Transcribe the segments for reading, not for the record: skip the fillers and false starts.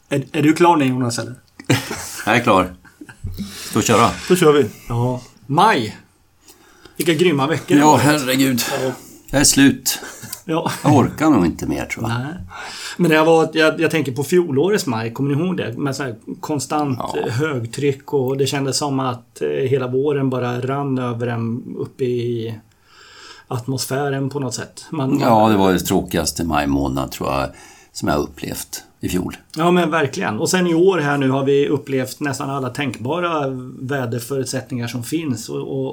Är du klar nu, Jonas, eller? Jag är klar. Ska vi köra? Då kör vi. Ja. Maj. Vilka grymma veckor. Ja, herregud. Jag är slut. Ja. Jag orkar nog inte mer, tror jag. Nej. Men det har varit, jag tänker på fjolårets maj, kommer ni ihåg det? Med så här konstant högtryck, och det kändes som att hela våren bara rann över en uppe i atmosfären på något sätt. Ja, det var det tråkigaste maj månad, tror jag, som jag upplevt i fjol. Ja, men verkligen. Och sen i år här nu har vi upplevt nästan alla tänkbara väderförutsättningar som finns.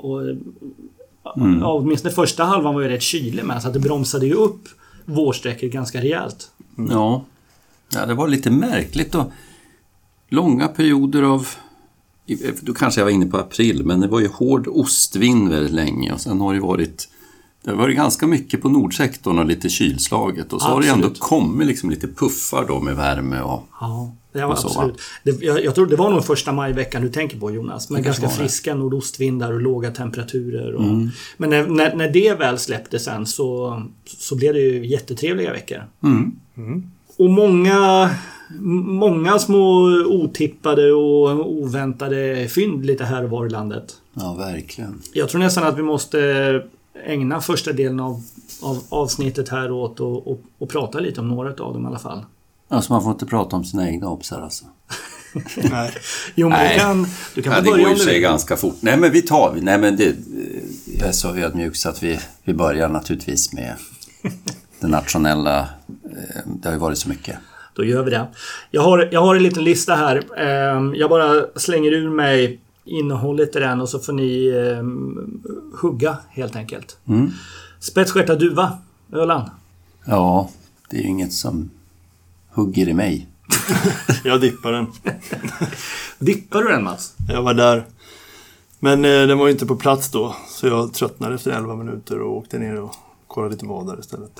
Ja, åtminstone första halvan var ju rätt kylig med, så att det bromsade ju upp vårsträcket ganska rejält. Ja, det var lite märkligt då. Långa perioder av, då kanske jag var inne på april, men det var ju hård ostvind väldigt länge, och sen har det varit ganska mycket på nordsektorn och lite kylslaget, och så har det ändå kommit liksom lite puffar då med värme och... Ja, det var absolut. Jag tror det var nog första majveckan du tänker på, Jonas, med ganska friska nordostvindar och låga temperaturer och, men när det väl släppte sen så blev det ju jättetrevliga veckor. Och många små otippade och oväntade fynd lite här och var i landet. Ja, verkligen. Jag tror nästan att vi måste ägna första delen av avsnittet här åt och prata lite om några av dem i alla fall. Alltså man får inte prata om sina egna obsar alltså. Nej. Jo, men du kan det börja går ju sig ganska fort. Nej, men jag är så ödmjuk så att vi börjar naturligtvis med det nationella. Det har ju varit så mycket. Då gör vi det. Jag har en liten lista här. Jag bara slänger ur mig innehållet i den, och så får ni hugga helt enkelt. Spetsstjärta duva, Öland. Ja, det är ju inget som hugger i mig. Jag dippar den. Dippar du den, Mats? Jag var där. Men den var ju inte på plats då, så jag tröttnade efter 11 minuter och åkte ner och kollade lite vadare istället.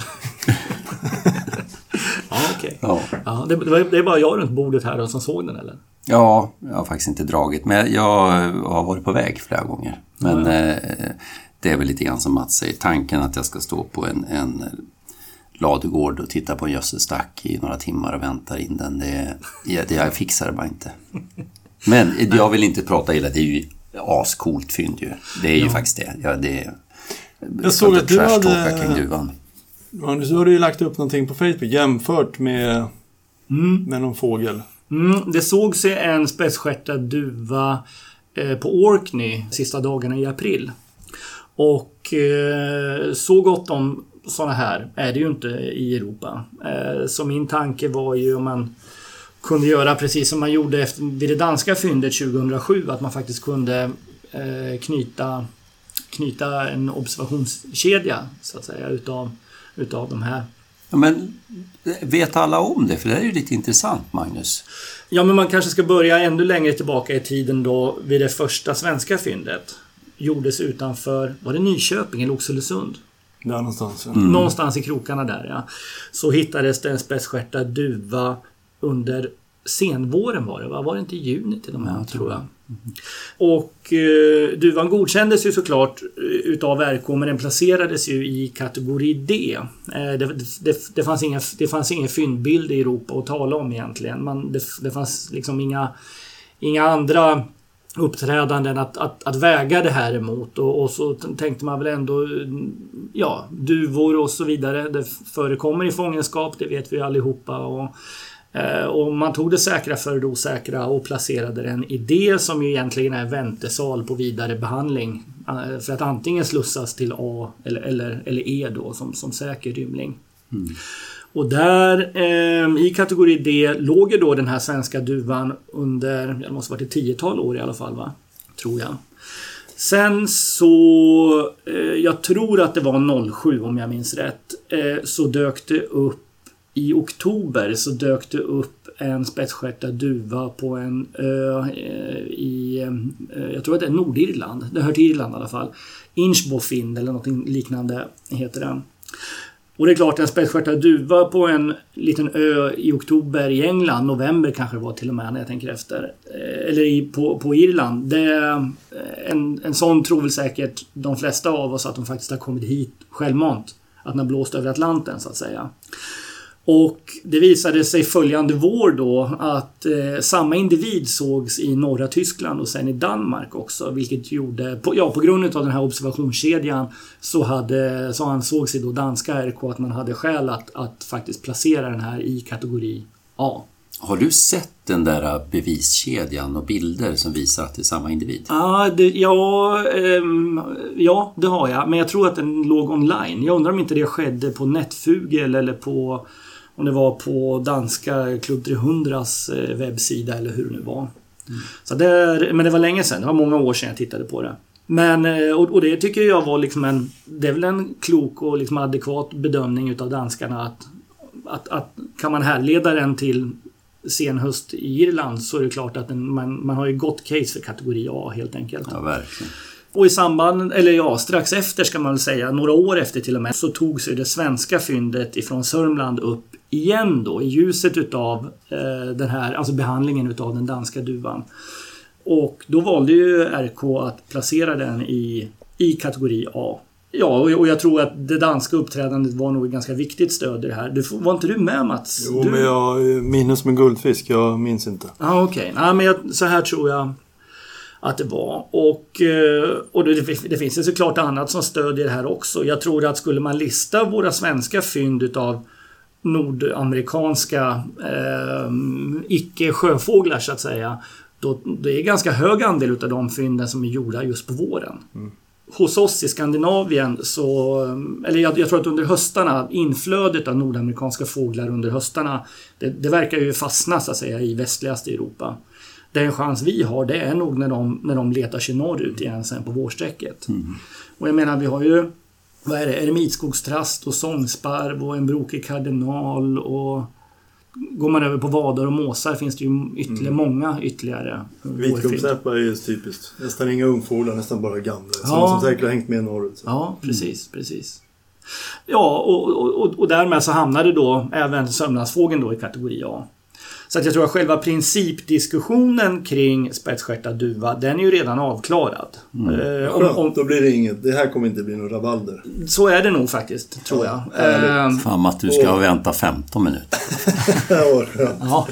Ja, okej. Ja, det är bara jag runt bordet här och som såg den, eller? Ja, jag har faktiskt inte dragit, men jag har varit på väg flera gånger. Men det är väl lite grann som Mats säger. Tanken att jag ska stå på en ladugård och titta på en gödselstack i några timmar och vänta in den, jag fixar det bara inte. Men jag vill inte prata illa, det är ju ascoolt fynd ju. Det är ju faktiskt det. Jag såg att du har du ju lagt upp någonting på Facebook jämfört med någon fågel. Det såg sig en spetsstjärtad duva på Orkney sista dagarna i april. Och så gott om såna här är det ju inte i Europa. Så min tanke var ju, om man kunde göra precis som man gjorde vid det danska fyndet 2007, att man faktiskt kunde knyta en observationskedja så att säga utav de här. Ja, men vet alla om det? För det är ju lite intressant, Magnus. Ja, men man kanske ska börja ännu längre tillbaka i tiden då, vid det första svenska fyndet. Gjordes utanför, var det Nyköping eller Oxelösund? Där någonstans. Ja. Någonstans i krokarna där, ja. Så hittades det en spetsstjärtad duva under senvåren var det, va? Var det inte i juni till och med, tror jag. Och duvan godkändes ju såklart utav RK, men den placerades ju i kategori D. Det fanns ingen fyndbild i Europa att tala om egentligen. Det fanns liksom inga andra uppträdanden att väga det här emot, och så tänkte man väl ändå, ja, duvor och så vidare, det förekommer i fångenskap, det vet vi allihopa, och man tog det säkra för det osäkra och placerade den i det som ju egentligen är väntesal på vidare behandling, för att antingen slussas till A eller E då som säker rymling. Och där i kategori D låg ju då den här svenska duvan under, det måste ha varit 10-tal år i alla fall, va? Tror jag. Sen så, jag tror att det var 07 om jag minns rätt, så dök det upp i oktober, så dök det upp en spetsstjärtad duva på en ö jag tror att det är Nordirland, det hör till Irland i alla fall. Inchbofin eller något liknande heter den. Och det är klart, en spetsstjärtad duva på en liten ö i oktober i England, november kanske det var till och med när jag tänker efter, eller på Irland, det, en sån tror väl säkert de flesta av oss att de faktiskt har kommit hit självmant, att den har blåst över Atlanten så att säga. Och det visade sig följande vår då att samma individ sågs i norra Tyskland och sen i Danmark också. Vilket gjorde, på grund av den här observationskedjan så ansåg sig då danska RK att man hade skäl att faktiskt placera den här i kategori A. Har du sett den där beviskedjan och bilder som visar att det är samma individ? Ja, det har jag. Men jag tror att den låg online. Jag undrar om inte det skedde på Netfugel eller om det var på danska Klubb 300s webbsida eller hur det nu var. Men det var länge sedan. Det var många år sedan jag tittade på det. Men, och det tycker jag var liksom det är väl en klok och liksom adekvat bedömning utav danskarna att kan man härleda den till senhöst i Irland så är det klart att man har ju gott case för kategori A helt enkelt. Ja, verkligen. Och strax efter ska man väl säga, några år efter till och med, så tog sig det svenska fyndet ifrån Sörmland upp igen då i ljuset utav den här, alltså behandlingen utav den danska duvan. Och då valde ju RK att placera den i kategori A. Ja, och jag tror att det danska uppträdandet var nog ett ganska viktigt stöd i det här. Var inte du med, Mats? Jo, men jag minns med guldfisk, jag minns inte. Okej. Nej, men så här tror jag att det var. Och det finns ju såklart annat som stödjer det här också. Jag tror att skulle man lista våra svenska fynd utav nordamerikanska icke-sjöfåglar så att säga, då det är ganska hög andel utav de fynden som är gjorda just på våren. Hos oss i Skandinavien jag tror att under höstarna, inflödet av nordamerikanska fåglar under höstarna, det verkar ju fastna så att säga i västligaste Europa. Den chans vi har, det är nog när de letar sig norrut igen sen på vårsträcket. Och jag menar, vi har ju eremitskogstrast och sångsparv och en brokig kardinal, och går man över på vadar och måsar finns det ju många ytterligare. Vitkumpsäppa är ju typiskt. Nästan inga ungfåglar, nästan bara gamla. Som säkert har hängt med norrut. Ja, precis. Ja, och därmed så hamnade då även sörmlandsfågeln då i kategori A. Så att jag tror att själva principdiskussionen kring spetsstjärtad duva, den är ju redan avklarad. Då blir det inget. Det här kommer inte bli någon rabalder. Så är det nog faktiskt, tror jag. Fan att du ska vänta 15 minuter. Ja,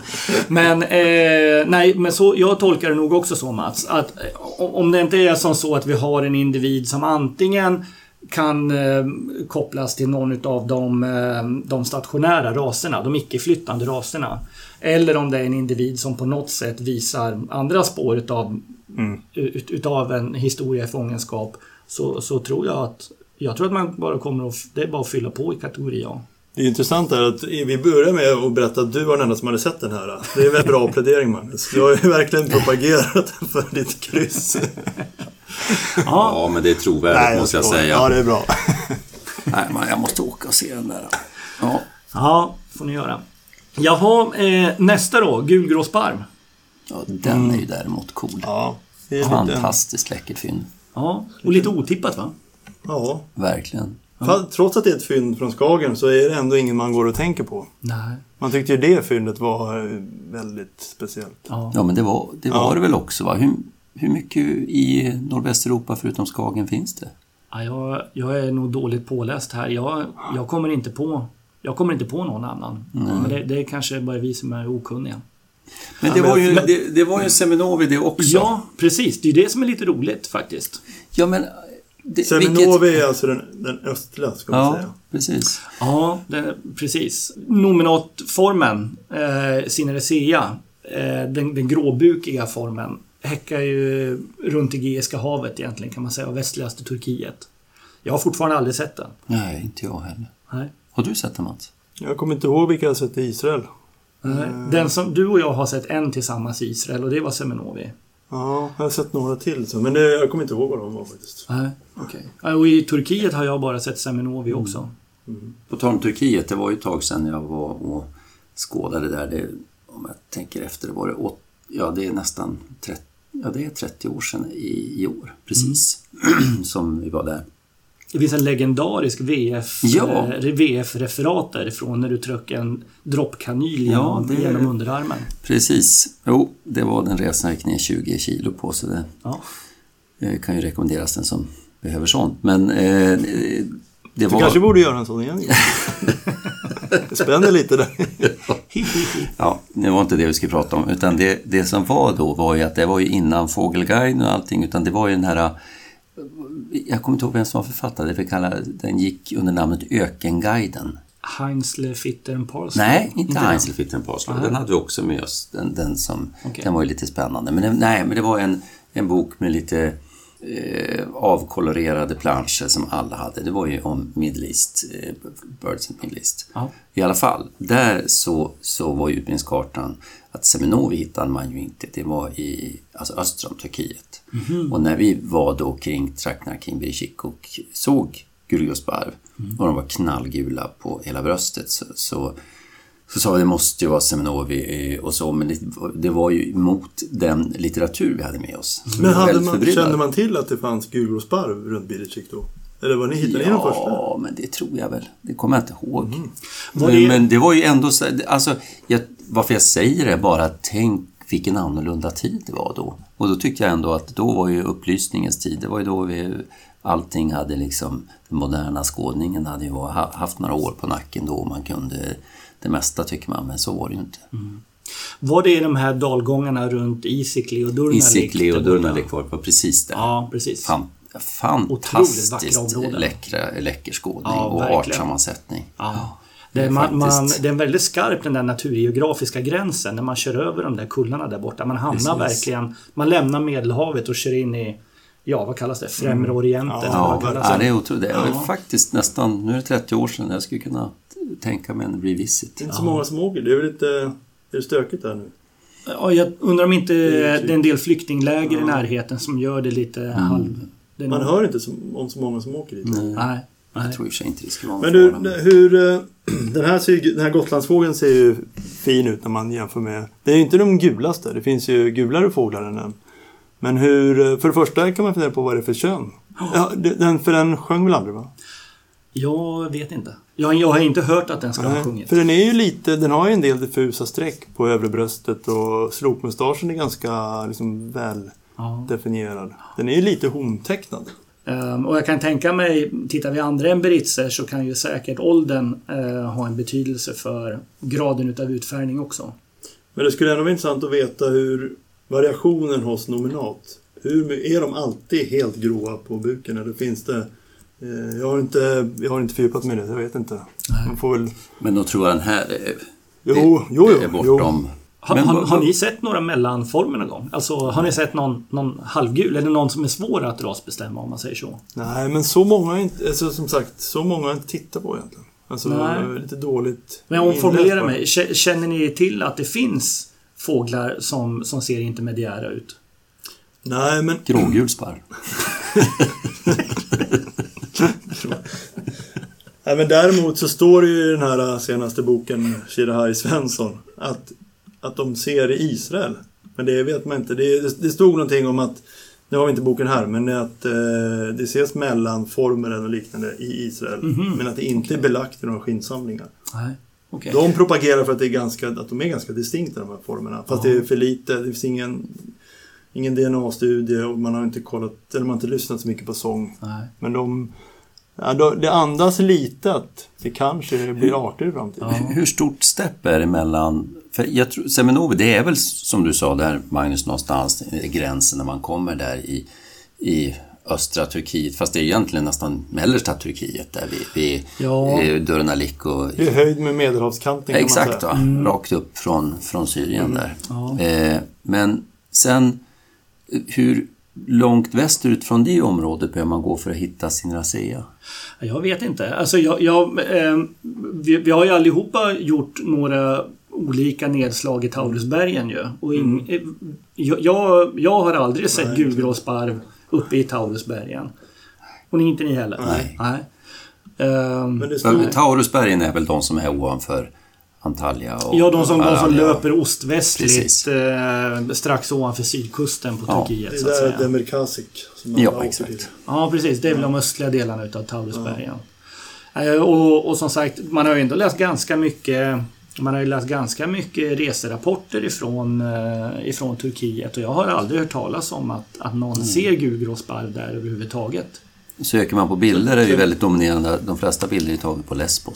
men så jag tolkar det nog också så, Mats, att om det inte är som så att vi har en individ som antingen kan kopplas till någon av de stationära raserna, de icke-flyttande raserna, eller om det är en individ som på något sätt visar andra spår utav en historia i fångenskap, så tror jag att man bara det är bara att fylla på i kategori A. Det är intressant här att vi börjar med att berätta att du var den enda som hade sett den här. Det är väl bra plädering, Magnus. Du har ju verkligen propagerat för ditt kryss. Ja, men det är trovärdigt måste jag säga. Ja, det är bra. Nej, men jag måste åka och se den där. Ja, får ni göra. Jaha, nästa då, gulgråsparv. Ja, den är ju däremot cool. Ja, det är fantastiskt läckert fynd. Ja, och lite otippat, va? Ja. Verkligen. Trots att det är ett fynd från Skagen så är det ändå ingen man går och tänker på. Nej. Man tyckte ju det fyndet var väldigt speciellt. Ja, men det var det väl också, va? Hur mycket i Nordvästeuropa förutom Skagen finns det? Ja, jag är nog dåligt påläst här. Jag kommer inte på någon annan. Men det är kanske bara vi som är okunniga. Men det var ju en Seminovi det också. Ja, precis. Det är det som är lite roligt faktiskt. Ja, men Seminovi är alltså den östliga, ska man säga. Precis. Ja, precis. Nominatformen, Cineresea, den gråbukiga formen, häckar ju runt Egeiska havet egentligen, kan man säga, av västligaste Turkiet. Jag har fortfarande aldrig sett den. Nej, inte jag heller. Nej. Har du sett den, Mats? Jag kommer inte ihåg vilka jag har sett i Israel. Den som du och jag har sett en tillsammans i Israel, och det var Seminovi. Ja, jag har sett några till så, men jag kommer inte ihåg vad de var faktiskt. Nej, okej. Och i Turkiet har jag bara sett Seminovi också. På tal om Turkiet, det var ju ett tag sedan jag var och skådade där. Om jag tänker efter, det var det är nästan 30 år sedan i år, precis, som vi var där. Det finns en legendarisk VF-referat därifrån när du tryck en droppkanyl genom underarmen. Precis. Jo, det var den resan jag gick ner 20 kilo på, så det kan ju rekommenderas den som behöver sånt. Men du kanske borde göra en sån igen. Det spänner lite där. Ja, det var inte det vi skulle prata om. Utan det som var då var ju att det var ju innan Fågelguiden och allting. Utan det var ju den här... Jag kommer inte ihåg vem som var författare. Den gick under namnet Ökenguiden. Heinzle Fittern Parsley. Nej, inte Heinzle Fittern Parsley. Den hade vi också med oss. Den var ju lite spännande. Men det var en bok med lite avkolorerade planscher som alla hade. Det var ju om Middle East, Birds in Middle East. I alla fall, där så var ju utbildningskartan att Seminovi hittade man ju inte. Det var i öster om Turkiet. Och när vi var då trakterna kring Biricik och såg Gürgosbarv och de var knallgula på hela bröstet så sa vi det måste ju vara Seminovi och så, men det var ju emot den litteratur vi hade med oss. Men kände man till att det fanns Gürgosbarv runt Biricik då? Eller var ni hittade den första? Ja, men det tror jag väl. Det kommer jag inte ihåg. Men det var ju ändå så, varför jag säger det bara, tänk vilken annorlunda tid det var då. Och då tyckte jag ändå att då var ju upplysningens tid. Det var ju då allting hade liksom, den moderna skådningen hade ju haft några år på nacken då man kunde det mesta, tycker man, men så var det ju inte. Var det de här dalgångarna runt Isikli och Durnalik? Isikli och Durnalik var precis där. Ja, precis. Fantastiskt läcker skådning och artsammansättning. Ja. Det är en väldigt skarp, den där naturgeografiska gränsen när man kör över de där kullarna där borta. Man hamnar verkligen, man lämnar Medelhavet och kör in i, vad kallas det? Främre Orienten. Det är otroligt. Det är faktiskt nästan, nu är det 30 år sedan jag skulle kunna tänka mig en revisit. Det är inte så många som åker, det är väl lite, är det stökigt där nu? Ja, jag undrar om inte det är en del flyktingläger i närheten som gör det lite halv... Man hör inte om så många som åker dit. Nej. Jag tror i och för sig inte det ska vara. Men den här Gotlandsfågeln ser ju fin ut när man jämför med... Det är ju inte de gulaste, det finns ju gulare fåglar än den. Men för det första kan man fundera på vad det är för kön. Ja, den sjöng väl aldrig, va? Jag vet inte. Jag har inte hört att den ska ha sjungit. För den är ju den har ju en del diffusa streck på övre bröstet och slopmustaschen är ganska liksom väl definierad. Den är ju lite hontecknad. Och jag kan tänka mig, tittar vi andra emberitser så kan ju säkert åldern ha en betydelse för graden utav utfärgning också. Men det skulle ändå vara intressant att veta hur variationen hos nominat. Är de alltid helt gråa på buken eller finns det... Jag har inte fördjupat med det, jag vet inte. Man får väl... Men då tror jag den här är bortom... Har ni sett några mellanformer någon gång? Alltså har ni sett någon halvgul eller någon som är svår att rasbestämma om man säger så? Nej, men så många inte, alltså, som sagt, så många har inte tittat på egentligen. Alltså lite dåligt. Men om formulera mig, känner ni till att det finns fåglar som ser intermediära ut? Nej, men... Grågulsparv. Nej, men däremot så står det ju i den här senaste boken Shirahari Svensson att de ser i Israel. Men det vet man inte. Det stod någonting om att, nu har vi inte boken här, men att det ses mellanformer och liknande i Israel. Men att det inte är belagt i några skinnsamlingar. Nej. Okay. De propagerar för att att de är ganska distinkta, de här formerna. Fast det är för lite, det finns ingen DNA-studie och man har inte kollat, eller man har inte lyssnat så mycket på sång. Nej. Men det andas lite att det kanske blir arter i framtiden. Hur stort stepp är det mellan... För jag tror, Seminovi, det är väl som du sa där, Magnus, någonstans gränsen när man kommer där i östra Turkiet. Fast det är egentligen nästan mellersta Turkiet där vi Durnalik och... Det är höjd med Medelhavskanten. Exakt, va? Rakt upp från Syrien där. Ja. Men sen, hur långt västerut från det området behöver man gå för att hitta sin rasea? Jag vet inte. Alltså vi har ju allihopa gjort några olika nedslag i Taurusbergen ju. Och jag har aldrig sett gulgråsparv uppe i Taurusbergen. Och inte ni heller? Nej. Taurusbergen är väl de som är ovanför Antalya och... Ja, de som löper ostvästligt strax ovanför sydkusten på Turkiet. Det är där Demirkasik. Exakt. Ja, precis. Det är väl de östliga delarna av Taurusbergen. Och som sagt, man har ju ändå läst ganska mycket... Man har ju läst ganska mycket reserapporter ifrån Turkiet och jag har aldrig hört talas om att någon ser gulgråsparv där överhuvudtaget. Söker man på bilder är ju väldigt dominerande. De flesta bilder är tagit på Lesbos.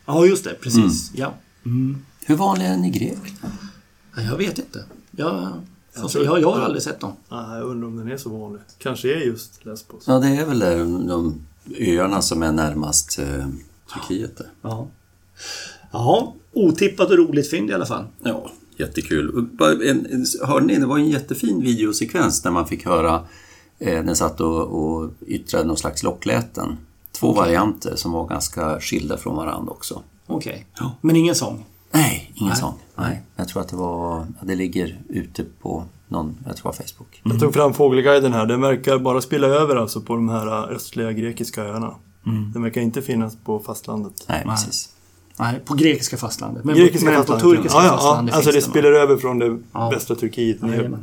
Ja, just det. Precis. Ja. Hur vanlig är den i Grekland? Ja, jag vet inte. Jag har aldrig sett dem. Nej, jag undrar om den är så vanlig. Kanske är just Lesbos. Ja, det är väl de öarna som är närmast Turkiet där. Ja, otippat och roligt fynd i alla fall. Ja, jättekul. Hörde ni, det var en jättefin videosekvens där man fick höra den satt och yttrade någon slags lockläten. 2 varianter som var ganska skilda från varandra också. Okej. Ja. Men ingen sång? Nej, ingen sång. Nej. Jag tror att det ligger ute på någon, jag tror Facebook. Jag tog fram Fågelguiden här. Den verkar bara spilla över alltså på de här östliga grekiska öarna. Den verkar inte finnas på fastlandet. Nej, precis. Nej, på grekiska fastlandet. Men på turkiska fastlandet alltså det spiller över från det västra Turkiet ner.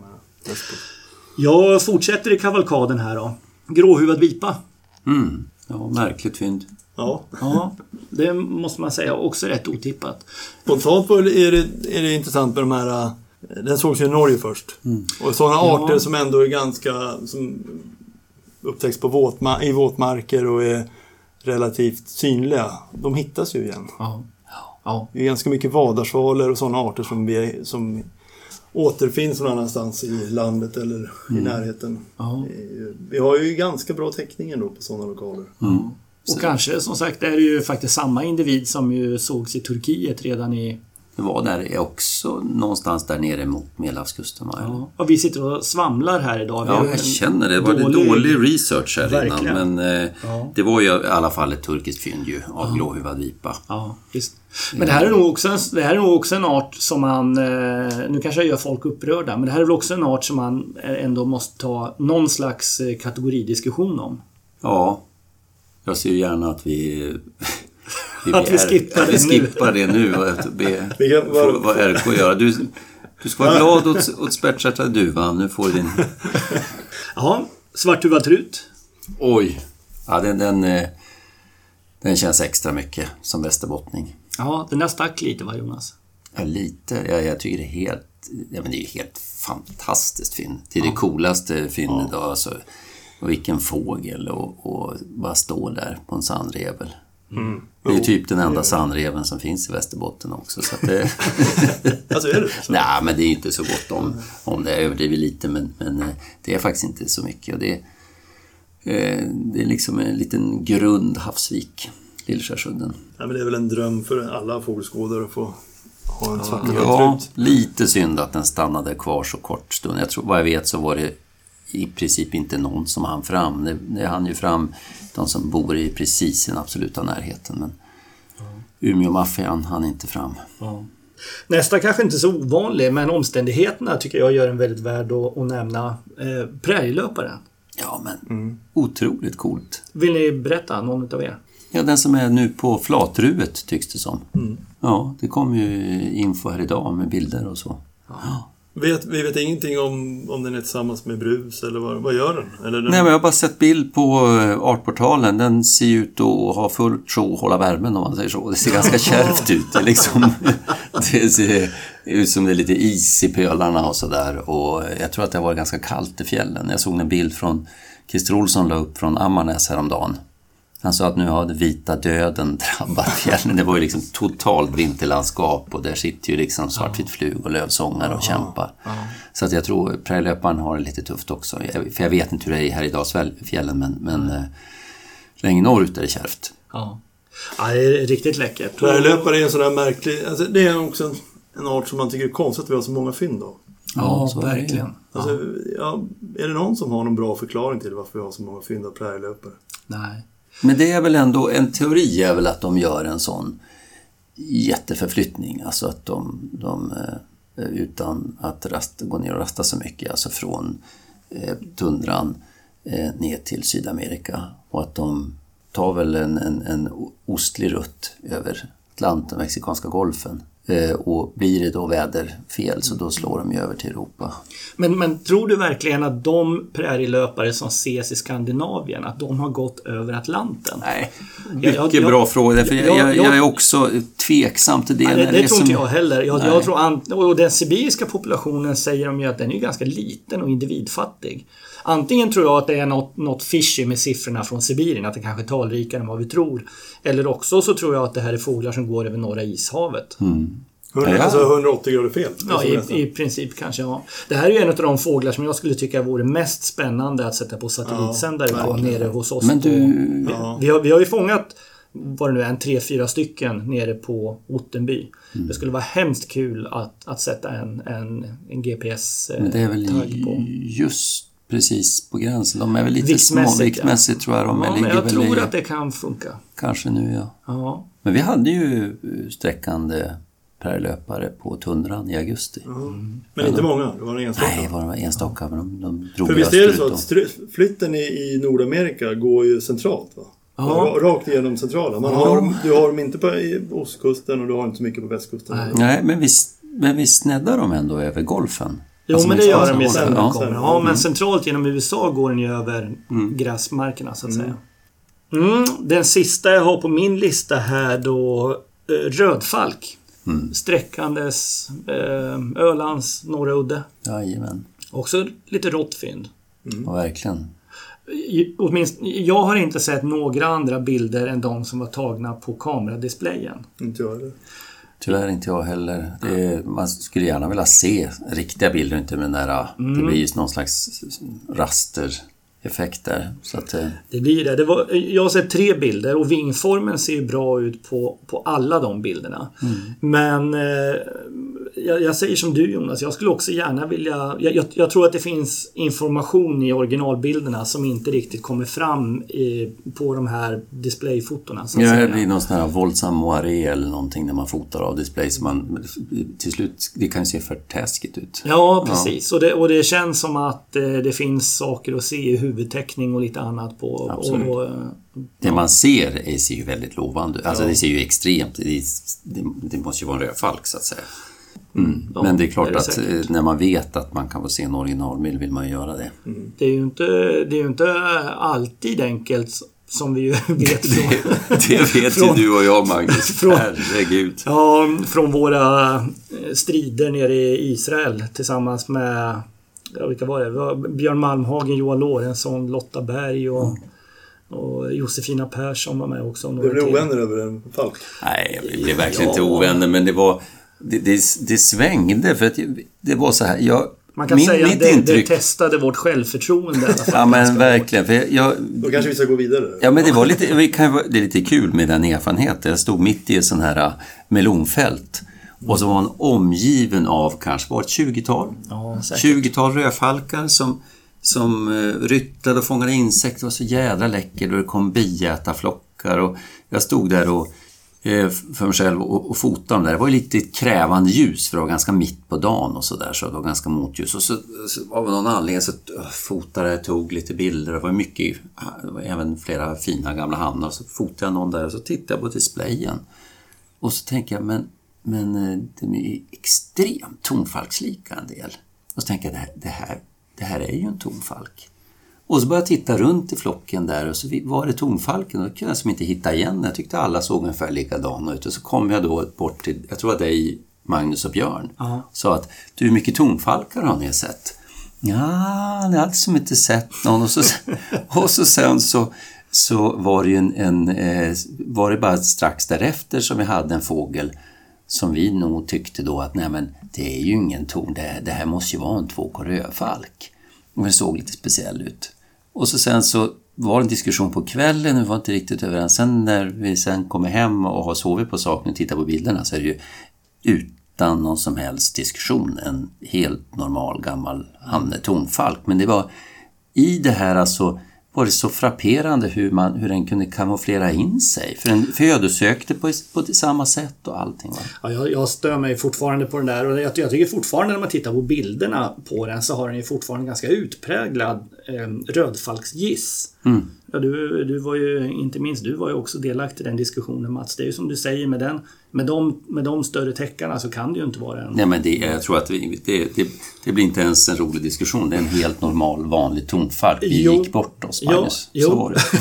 Jag fortsätter i kavalkaden här då. Gråhuvad vipa. Ja, märkligt fynd. Ja, det måste man säga. Också rätt otippat. spontant är det intressant med de här. Den sågs ju i Norge först. Och sådana arter som ändå är ganska, som upptäcks på i våtmarker och är relativt synliga. De hittas ju igen. Ja. Det är ganska mycket vadarsvaler och sådana arter som återfinns någon annanstans i landet eller i närheten. Vi har ju ganska bra täckning ändå på sådana lokaler. Och kanske, som sagt, är det ju faktiskt samma individ som ju sågs i Turkiet redan i... Det var där också någonstans där nere mot Medelhavskusten. Och vi sitter och svamlar här idag. Ja, jag känner det. Det var dålig research här verkligen innan. Men det var ju i alla fall ett turkiskt fynd ju, av gråhuvad vipa. Ja, visst. Men det här är nog också en art som man... Nu kanske jag gör folk upprörda, men det här är väl också en art som man ändå måste ta någon slags kategoridiskussion om. Ja, jag ser ju gärna att vi skippar det nu och vad RK gör. Du ska vara glad åt spärtsättade duvan. Nu får du din... Ja, svarthuvad trut. Oj, ja, den känns extra mycket som västerbottning. Ja, den där stack lite, va, Jonas? Ja, lite. Jag tycker det är helt fantastiskt fynd. Det är det coolaste fyndet idag. Alltså, och vilken fågel och bara stå där på en sandrevel. Det är ju typ den enda sandreven som finns i Västerbotten också. Så att det... Alltså är det så? Nej, men det är inte så gott om det överdriver lite. Men det är faktiskt inte så mycket. Och det är liksom en liten grund havsvik, Lillskärsudden. Ja, men det är väl en dröm för alla fågelskådare att få ha en svarthuvad trut. Lite synd att den stannade kvar så kort stund. Jag tror, vad jag vet så var det i princip inte någon som hann fram. Det hann ju fram de som bor i precis den absoluta närheten. Men Umeå-maffian hann inte fram. Nästa kanske inte så ovanlig, men omständigheterna tycker jag gör en väldigt värd att nämna. Prärgelöparen. Ja, men otroligt coolt. Vill ni berätta, någon av er? Ja, den som är nu på Flatruvet tycks det som. Ja, det kom ju info här idag med bilder och så. Vi vet ingenting om den är tillsammans med brus eller vad gör den? Eller den... Nej, men jag har bara sett bild på Artportalen. Den ser ut att ha fullt sjå och hålla värmen, om man säger så. Det ser ganska kärvt ut. Det ser ut som det är lite is i pölarna och sådär. Och jag tror att det har varit ganska kallt i fjällen. Jag såg en bild från Christer Olsson la upp från Ammarnäs häromdagen. Han sa att nu hade vita döden drabbat fjällen. Det var ju liksom totalt vinterlandskap och där sitter ju liksom svartvitt flug och lövsångare och kämpar. Så att jag tror prärgelöparen har det lite tufft också. För jag vet inte hur det är här idag i fjällen, men längre norrut är det kärvt. Ja, det är riktigt läckert. Prärgelöpare är en sån där märklig... Alltså, det är också en art som man tycker är konstigt att vi har så många fynd av. Ja, verkligen. Alltså, är det någon som har någon bra förklaring till varför vi har så många fynd av prärgelöpare? Nej. Men det är väl ändå, en teori är väl att de gör en sån jätteförflyttning. Alltså att de utan att gå ner och rasta så mycket, alltså från tundran ner till Sydamerika. Och att de tar väl en ostlig rutt över Atlanten, Mexikanska golfen. Och blir det då väderfel så då slår de ju över till Europa. Men tror du verkligen att de prärgelöpare som ses i Skandinavien, att de har gått över Atlanten? Nej, mycket bra fråga. För jag är också tveksam till det. Nej, det tror inte jag heller. Jag tror och den sibiriska populationen säger de ju att den är ganska liten och individfattig. Antingen tror jag att det är något fishy med siffrorna från Sibirien, att det kanske är talrikare än vad vi tror. Eller också så tror jag att det här är fåglar som går över Norra ishavet. Alltså 180 grader fel. Ja, i princip kanske, ja. Det här är ju en av de fåglar som jag skulle tycka vore mest spännande att sätta på satellitsändare på nere hos oss. Men vi har ju fångat, vad det nu är, 3-4 stycken nere på Ottenby. Det skulle vara hemskt kul att sätta en GPS-tagg på. Men det är väl just precis på gränsen. De är väl lite små, viktmässigt tror jag. Men jag tror att det kan funka. Kanske nu, ja. Men vi hade ju sträckande pärlöpare på tundran i augusti. Men inte många, det var en enstaka. Nej, det var enstaka, men de drog. För visst är det så att flytten i Nordamerika går ju centralt, va? Ja. Rakt igenom centrala. Du har dem inte på ostkusten och du har inte så mycket på västkusten. Nej, men vi sneddar dem ändå över golfen. Jo, alltså, men det gör de ju sen. Men centralt genom USA går den ju över gräsmarkerna, så att säga. Den sista jag har på min lista här då, rödfalk. Sträckandes Ölands norra udde. Jajamän. Också lite råttfynd. Ja, verkligen. Åtminstone, jag har inte sett några andra bilder än de som var tagna på kameradisplayen. Inte jag heller. Tyvärr inte jag heller. Man skulle gärna vilja se riktiga bilder, inte med den där, det blir ju någon slags rastereffekt där. Så att, det blir det. Jag har sett 3 bilder och vingformen ser ju bra ut på alla de bilderna. Men jag säger som du, Jonas, jag skulle också gärna vilja, jag tror att det finns information i originalbilderna som inte riktigt kommer fram på de här displayfotorna. Det blir någon sån här våldsam moiré eller någonting när man fotar av display som man till slut, det kan ju se för taskigt ut. Ja, precis. Ja. Och det känns som att det finns saker att se i huvudteckning och lite annat på. Absolut. Det man ser ser ju väldigt lovande. Alltså det ser ju extremt, det måste ju vara en rödfalk så att säga. Men det är klart att när man vet att man kan få se en originalbild vill man göra det. Det är ju inte alltid enkelt som vi ju vet. Det vet ju du och jag, Magnus. Herregud. Ja, från våra strider nere i Israel tillsammans med, vilka var det? Björn Malmhagen, Johan Lorentzon, Lotta Berg och Josefina Persson var med också. Du blev ovänner över en falk? Nej, jag blev verkligen inte ovänner, men det var det svängde för att det var så här. Man kan säga att det testade vårt självförtroende i alla fall. Ja, men verkligen. För då kanske vi ska gå vidare. Ja, men det var lite, det är lite kul med den erfarenheten. Jag stod mitt i en sån här melonfält. Och så var han omgiven av kanske ett 20-tal. Ja, 20-tal rödfalkar som ryttade och fångade insekter. Det var så jädra läckert och det kom biätarflockar. Och jag stod där för mig själv och fotade dem där. Det var ju lite krävande ljus för det var ganska mitt på dagen och så där, så det var ganska motljus. Och så av någon anledning så fotade jag, tog lite bilder. Det var mycket, det var även flera fina gamla hamnar. Så fotade jag någon där och så tittade jag på displayen. Och så tänkte jag, men det är extremt tonfalkslika en del. Och så tänkte jag, det här är ju en tonfalk. Och så började jag titta runt i flocken där och så var det tonfalken och då kunde jag som inte hitta igen. Jag tyckte alla såg ungefär likadana ut och så kom jag då bort till, jag tror att det är Magnus och Björn. Sa att hur mycket tonfalkar har ni sett? Ja, det har alltså inte sett någon. Och så sen så var det ju var det bara strax därefter som vi hade en fågel som vi nog tyckte då att nej men det är ju ingen ton, det här måste ju vara en 2K-rödfalk. Och det såg lite speciell ut. Och sen så var det en diskussion på kvällen och vi var inte riktigt överens. Sen när vi sen kommer hem och har sovit på saken och tittar på bilderna så är det ju utan någon som helst diskussion en helt normal gammal tonfalk. Men det var i det här alltså var det så frapperande hur den kunde kamouflera in sig. För den födosökte på samma sätt och allting. Va? Ja, jag stör mig fortfarande på den där. Och jag tycker fortfarande när man tittar på bilderna på den så har den ju fortfarande ganska utpräglad rödfalksgiss. Ja, du var ju, inte minst du var ju också delaktig i den diskussionen, Mats. Det är ju som du säger, med de större täckarna så kan det ju inte vara en... Nej, men jag tror att det blir inte ens en rolig diskussion. Det är en helt normal, vanlig tonfalk. Vi gick bort oss, Magnus. Så var det.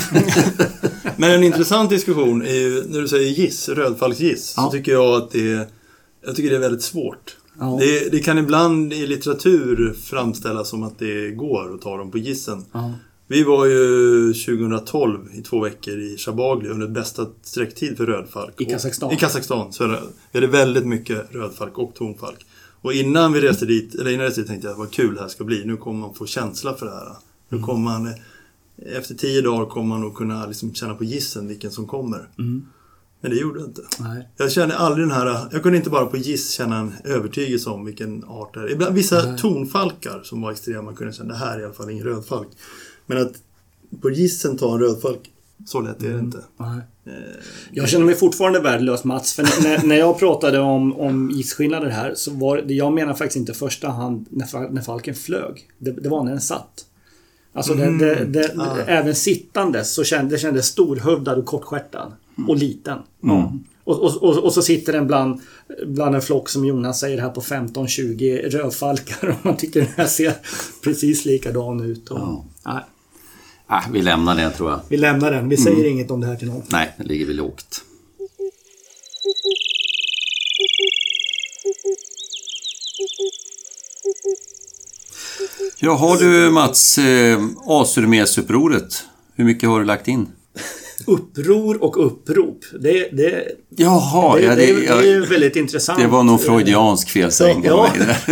Men en intressant diskussion är ju, när du säger giss, rödfalksgiss, så tycker jag att det är väldigt svårt. Ja. Det kan ibland i litteratur framställas som att det går att ta dem på gissen. Ja. Vi var ju 2012 i 2 veckor i Shabagli under bästa sträcktid för rödfalk. I Kazakstan. I Kazakstan. Så vi hade väldigt mycket rödfalk och tonfalk. Och innan vi reste dit, tänkte jag vad kul det här ska bli. Nu kommer man få känsla för det här. Nu kommer man, efter 10 dagar kommer man nog kunna liksom känna på gissen vilken som kommer. Men det gjorde jag inte. Nej. Jag kände aldrig den här, jag kunde inte bara på giss känna en övertygelse om vilken art det är. Ibland vissa tonfalkar som var extrema kunde känna det här är i alla fall ingen rödfalk. Men att på gissen ta en rödfalk, så lätt är det inte. Nej. Jag känner mig fortfarande värdelös, Mats, för när jag pratade om gissskillnader här så var det, jag menar faktiskt inte första hand när falken flög. Det var när den satt. Alltså även sittandes så kändes storhövdad och kortskärtad och liten. Och så sitter den bland en flock som Jonas säger här på 15-20 rödfalkar och man tycker den här ser precis likadan ut. Nej. Vi lämnar det, tror jag. Vi lämnar den. Vi säger inget om det här till någon. Nej, det ligger väl lågt. Ja, har du, Mats, Asurmes-upproret? Hur mycket har du lagt in? Uppror och upprop. Det är väldigt intressant. Det var nog freudiansk felsägning. Ja.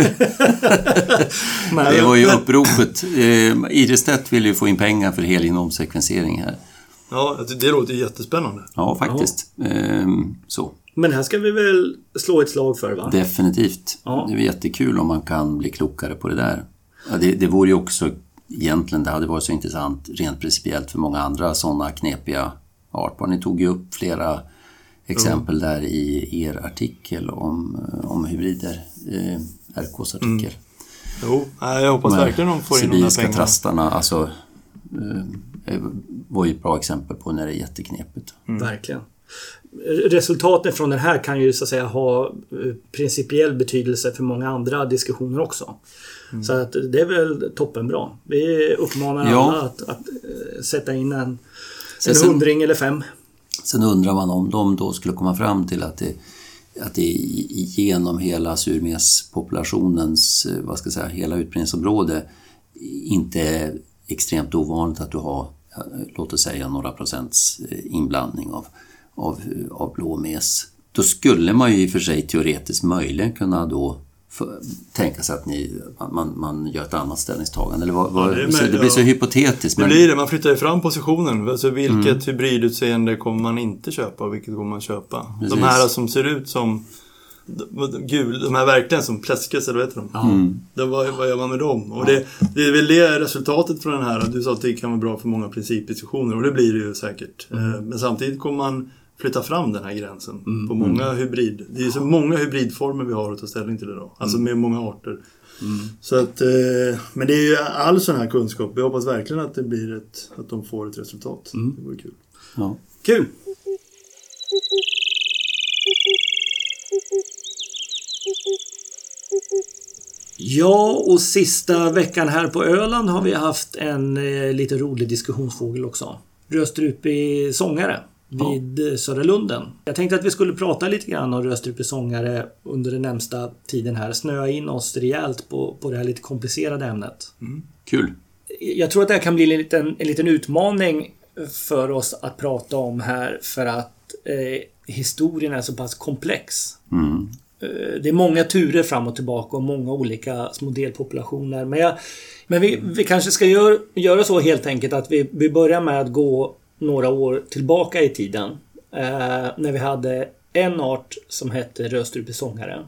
Det var ju uppropet. Irestedt vill ju få in pengar för helgenomsekvensering här. Ja, det låter jättespännande. Ja, faktiskt. Så. Men här ska vi väl slå ett slag för, va? Definitivt. Ja. Det är jättekul om man kan bli klokare på det där. Ja, det vore ju också egentligen, det hade varit så intressant rent principiellt för många andra sådana knepiga arter. Ni tog ju upp flera exempel där i er artikel om hybrider, RKs artikel. Jo, jag hoppas verkligen de får in de där pengarna. Trastarna, alltså, var ju ett bra exempel på när det är jätteknepigt. Verkligen. Resultaten från den här kan ju så att säga ha principiell betydelse för många andra diskussioner också. Så att det är väl toppenbra. Vi uppmanar alla att sätta in en 100 eller 5. Sen undrar man om de då skulle komma fram till att det genom hela surmespopulationens, vad ska jag säga, hela utbredningsområde inte är extremt ovanligt att du har, låt oss säga, några procents inblandning av blåmes. Då skulle man ju i och för sig teoretiskt möjligen kunna då tänka sig att man gör ett annat ställningstagande. Eller det blir så hypotetiskt. Det blir det, man flyttar ju fram positionen. Alltså vilket hybridutseende kommer man inte köpa och vilket kommer man köpa? Precis. De här som ser ut som de här verkligen som pläskas, eller vet de? Vad gör man med dem? Och det är väl det resultatet från den här. Du sa att det kan vara bra för många principdiskussioner och det blir det ju säkert. Men samtidigt kommer man flytta fram den här gränsen på många hybrid. Det är så många hybridformer vi har att ta ställning till idag. Alltså med många arter. Så att, men det är ju all sån här kunskap. Vi hoppas verkligen att det blir att de får ett resultat. Det vore kul. Ja. Kul! Ja, och sista veckan här på Öland har vi haft en lite rolig diskussionsfågel också. Rödstrupig sångare vid Södra Lunden. Jag tänkte att vi skulle prata lite grann om rödstrupig sångare under den närmsta tiden här. Snöa in oss rejält på det här lite komplicerade ämnet. Kul. Jag tror att det här kan bli en liten utmaning för oss att prata om här, för att historien är så pass komplex. Det är många turer fram och tillbaka och många olika små delpopulationer. Men vi kanske ska göra så helt enkelt att vi börjar med att gå några år tillbaka i tiden. När vi hade en art som hette rödstrupig sångare.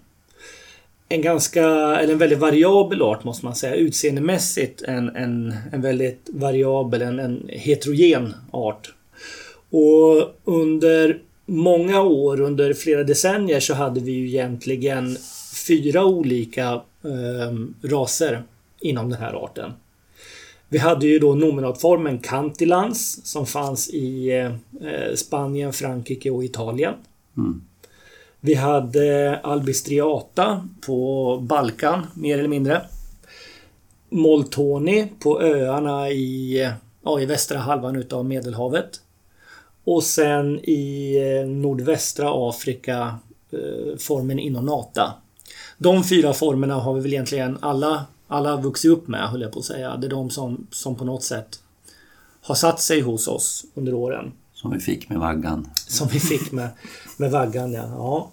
En väldigt variabel art, måste man säga. Utseendemässigt en väldigt variabel, en heterogen art. Och under många år, under flera decennier, så hade vi ju egentligen 4 olika raser inom den här arten. Vi hade ju då nominatformen Cantilans som fanns i Spanien, Frankrike och Italien. Vi hade Albistriata på Balkan, mer eller mindre. Moltoni på öarna i västra halvan utav Medelhavet. Och sen i nordvästra Afrika formen Innonata. De 4 formerna har vi väl egentligen alla vuxit upp med, höll jag på att säga. Det är de som på något sätt har satt sig hos oss under åren. Som vi fick med vaggan. Som vi fick med vaggan, ja.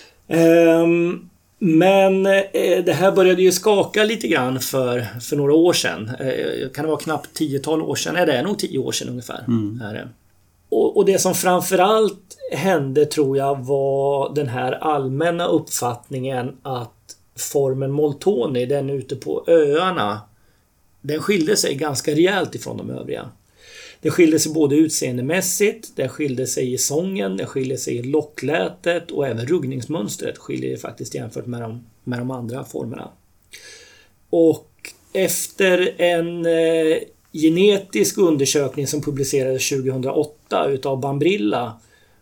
Men det här började ju skaka lite grann för några år sedan. Kan det vara knappt 10-tal år sedan? Det är nog 10 år sedan ungefär. Här. Och det som framförallt hände, tror jag, var den här allmänna uppfattningen att formen Moltoni, den ute på öarna, den skilde sig ganska rejält ifrån de övriga. Det skilde sig både utseendemässigt, det skilde sig i sången, det skilde sig i locklätet och även ruggningsmönstret skiljer faktiskt jämfört med de andra formerna. Och efter en genetisk undersökning som publicerades 2008 utav Bambrilla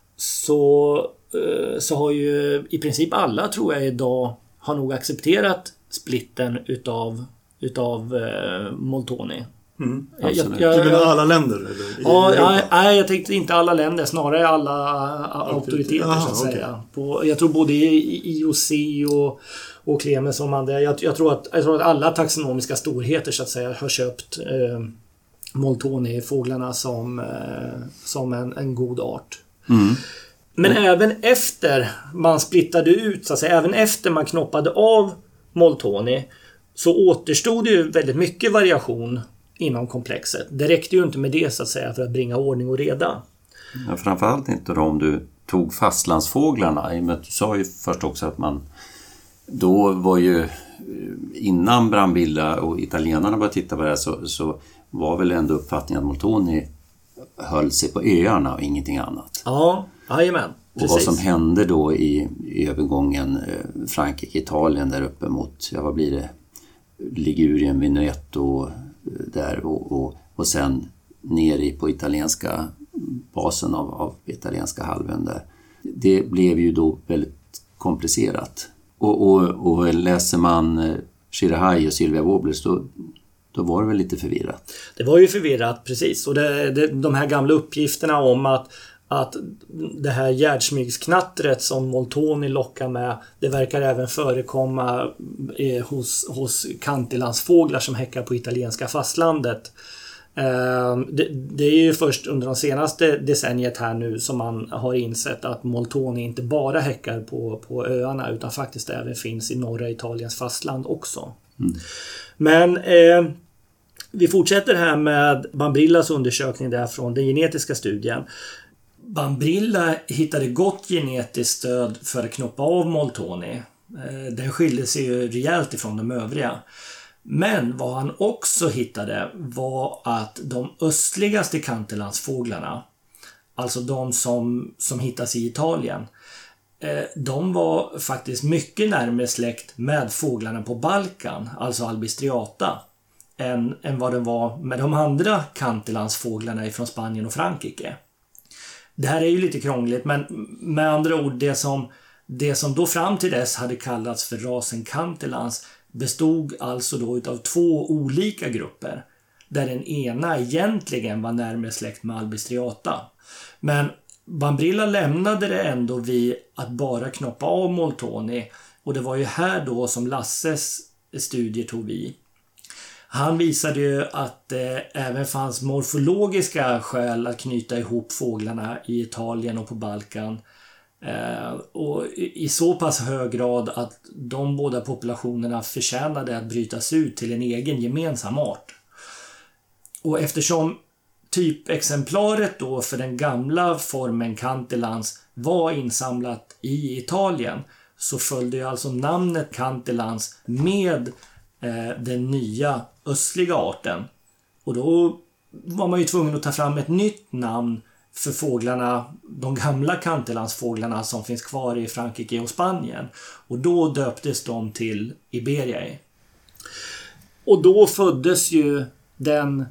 så har ju i princip alla, tror jag, idag har nog accepterat splitten utav Moltoni. Du menar alla länder? Eller? Nej, jag tänkte inte alla länder, snarare alla auktoriteter så att säga. Jag tror både IOC och Clemens och andra. Jag tror att alla taxonomiska storheter så att säga har köpt Moltoni-fåglarna som en god art. Men även efter man splittade ut, så att säga, även efter man knoppade av Moltoni, så återstod det ju väldigt mycket variation inom komplexet. Det räckte ju inte med det, så att säga, för att bringa ordning och reda. Ja, framförallt inte då om du tog fastlandsfåglarna. I och med att du sa ju först också att man då var ju innan Brambilla och italienarna började titta på det här, så var väl ändå uppfattningen att Moltoni höll sig på öarna och ingenting annat. Ja, jajamän. Och vad som hände då i övergången Frankrike-Italien där uppe mot, vad blir det? Ligurien, Veneto där och sen ner på italienska basen av italienska halvön där. Det blev ju då väldigt komplicerat. Och läser man Shirahai och Sylvia Woblers då var det väl lite förvirrat. Det var ju förvirrat, precis. Och de här gamla uppgifterna om att det här gärdsmygsknattret som Moltoni lockar med, det verkar även förekomma hos kantilandsfåglar som häckar på italienska fastlandet. Det är ju först under de senaste decenniet här nu som man har insett att Moltoni inte bara häckar på öarna utan faktiskt även finns i norra Italiens fastland också. Men vi fortsätter här med Bambrillas undersökning där från den genetiska studien. Bambrilla hittade gott genetiskt stöd för att knoppa av Moltoni. Den skilde sig ju rejält ifrån de övriga. Men vad han också hittade var att de östligaste kantelandsfåglarna, alltså de som hittas i Italien, de var faktiskt mycket närmare släkt med fåglarna på Balkan, alltså albistriata, än vad det var med de andra kantelandsfåglarna från Spanien och Frankrike. Det här är ju lite krångligt, men med andra ord, det som då fram till dess hade kallats för rasen kantelans bestod alltså då utav 2 olika grupper, där den ena egentligen var närmare släkt med albistriata. Men Bambrilla lämnade det ändå vid att bara knoppa av Moltoni, och det var ju här då som Lasses studier tog vid. Han visade ju att det även fanns morfologiska skäl att knyta ihop fåglarna i Italien och på Balkan. Och i så pass hög grad att de båda populationerna förtjänade att brytas ut till en egen gemensam art. Och eftersom typexemplaret då för den gamla formen kantelans var insamlat i Italien, så följde ju alltså namnet kantelans med den nya östliga arten. Och då var man ju tvungen att ta fram ett nytt namn för fåglarna, de gamla kantelandsfåglarna som finns kvar i Frankrike och Spanien. Och då döptes de till Iberiae. Och då föddes ju den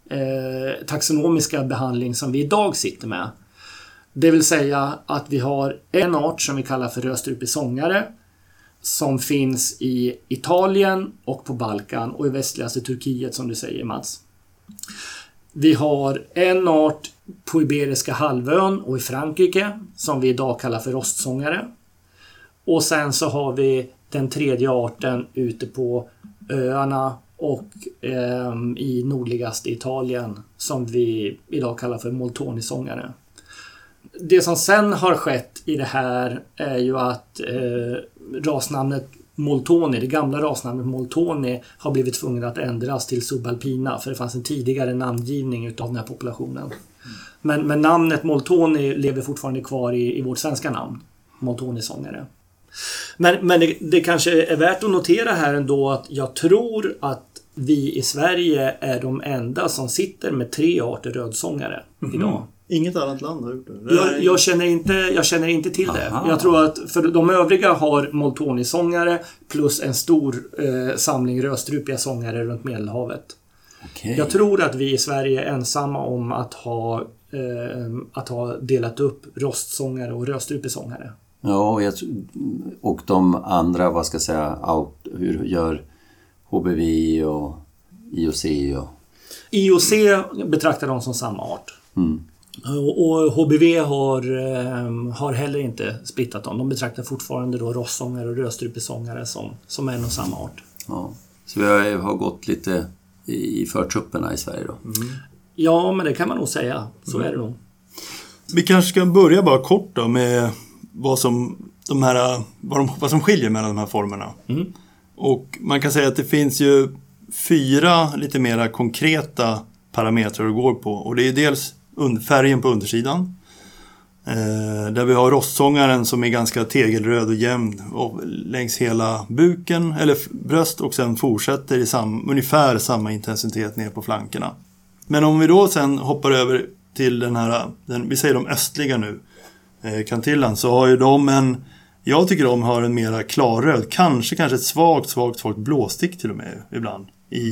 taxonomiska behandling som vi idag sitter med. Det vill säga att vi har en art som vi kallar för rödstrupig sångare, som finns i Italien och på Balkan och i västligaste Turkiet, som du säger, Mats. Vi har en art på Iberiska halvön och i Frankrike som vi idag kallar för rostsångare. Och sen så har vi den tredje arten ute på öarna och i nordligaste Italien som vi idag kallar för moltonisångare. Det som sen har skett i det här är ju att rasnamnet Moltoni, det gamla rasnamnet Moltoni, har blivit tvungen att ändras till subalpina för det fanns en tidigare namngivning utav den här populationen. Men namnet Moltoni lever fortfarande kvar i vårt svenska namn, Moltonisångare. Men det kanske är värt att notera här ändå att jag tror att vi i Sverige är de enda som sitter med 3 arter rödsångare idag. Inget annat land har gjort det. Jag känner inte till det. Jag tror att för de övriga har moltonisångare plus en stor samling rödstrupiga sångare runt Medelhavet. Okay. Jag tror att vi i Sverige är ensamma om att ha delat upp rostsångare och rödstrupesångare. Ja, och de andra, vad ska jag säga, hur gör HBV och IOC? IOC betraktar de som samma art. Och HBV har heller inte splittat dem. De betraktar fortfarande då rossångare och rödstrupesångare som en och samma art. Ja, så vi har gått lite i förtrupperna i Sverige då. Ja, men det kan man nog säga. Så är det nog. Vi kanske ska börja bara kort då med vad som skiljer mellan de här formerna. Och man kan säga att det finns ju 4 lite mera konkreta parametrar att gå på. Och det är dels färgen på undersidan. Där vi har rostsångaren som är ganska tegelröd och jämn och längs hela buken eller bröst och sen fortsätter i ungefär samma intensitet ner på flankerna. Men om vi då sen hoppar över till vi säger de östliga nu, kantillan, så har ju jag tycker de har en mera klarröd, kanske ett svagt blåstick till och med ibland.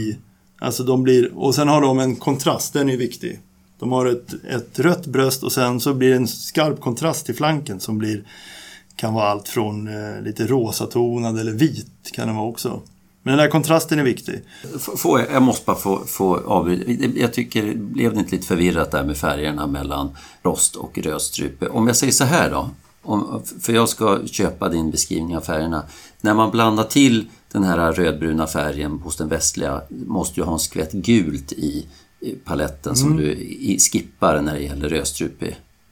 Och sen har de en kontrast, den är viktig. De har ett rött bröst och sen så blir det en skarp kontrast till flanken som kan vara allt från lite rosatonad eller vit kan det vara också. Men den här kontrasten är viktig. Jag måste bara få avbryta. Jag tycker, blev det inte lite förvirrat där med färgerna mellan rost och rödstrupe? Om jag säger så här då, för jag ska köpa din beskrivning av färgerna. När man blandar till den här rödbruna färgen hos den västliga måste ju ha en skvätt gult i paletten som du skippar när det gäller rödstrupe.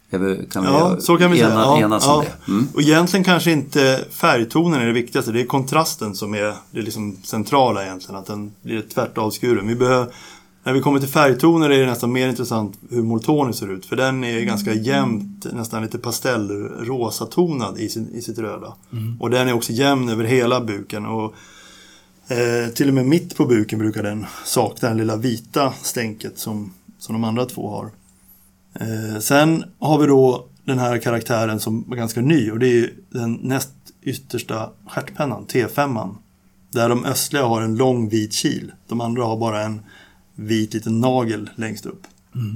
Så kan vi säga. Enas om det. Och egentligen kanske inte färgtonen är det viktigaste. Det är kontrasten som är det liksom centrala egentligen. Att den blir tvärtavskuren. När vi kommer till färgtoner är det nästan mer intressant hur moltoni ser ut. För den är ganska jämnt, nästan lite pastellrosatonad i sitt röda. Och den är också jämn över hela buken. Och till och med mitt på buken brukar den sakna den lilla vita stänket som de andra 2 har. Sen har vi då den här karaktären som är ganska ny och det är den näst yttersta stjärtpennan, T5. Där de östliga har en lång vit kil. De andra har bara en vit liten nagel längst upp.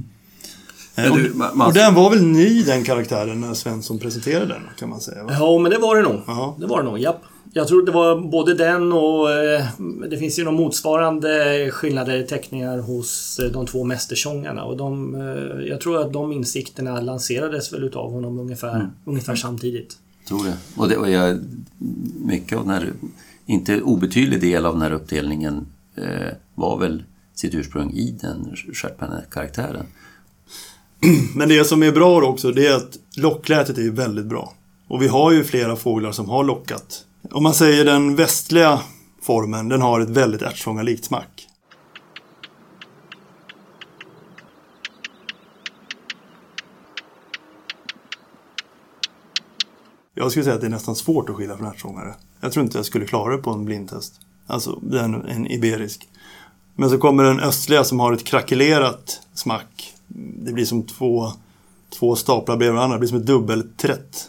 Och den var väl ny, den karaktären, när Svensson presenterade den, kan man säga, va? Ja, men det var det nog. Det var det nog, japp. Jag tror det var både den och det finns ju några motsvarande skillnader i teckningar hos de 2 mästersångarna. Och jag tror att de insikterna lanserades väl utav honom ungefär samtidigt. Tror det. Och mycket av den här, inte obetydlig del av den här uppdelningen var väl sitt ursprung i den stjärtpennekaraktären. Men det som är bra också, det är att locklätet är väldigt bra. Och vi har ju flera fåglar som har lockat. Om man säger den västliga formen, den har ett väldigt ärtsångarlikt smack. Jag skulle säga att det är nästan svårt att skilja från ärtsångare. Jag tror inte jag skulle klara det på en blindtest. Alltså en iberisk. Men så kommer den östliga som har ett krackelerat smack. Det blir som två staplar bredvid varandra. Det blir som ett dubbelträtt.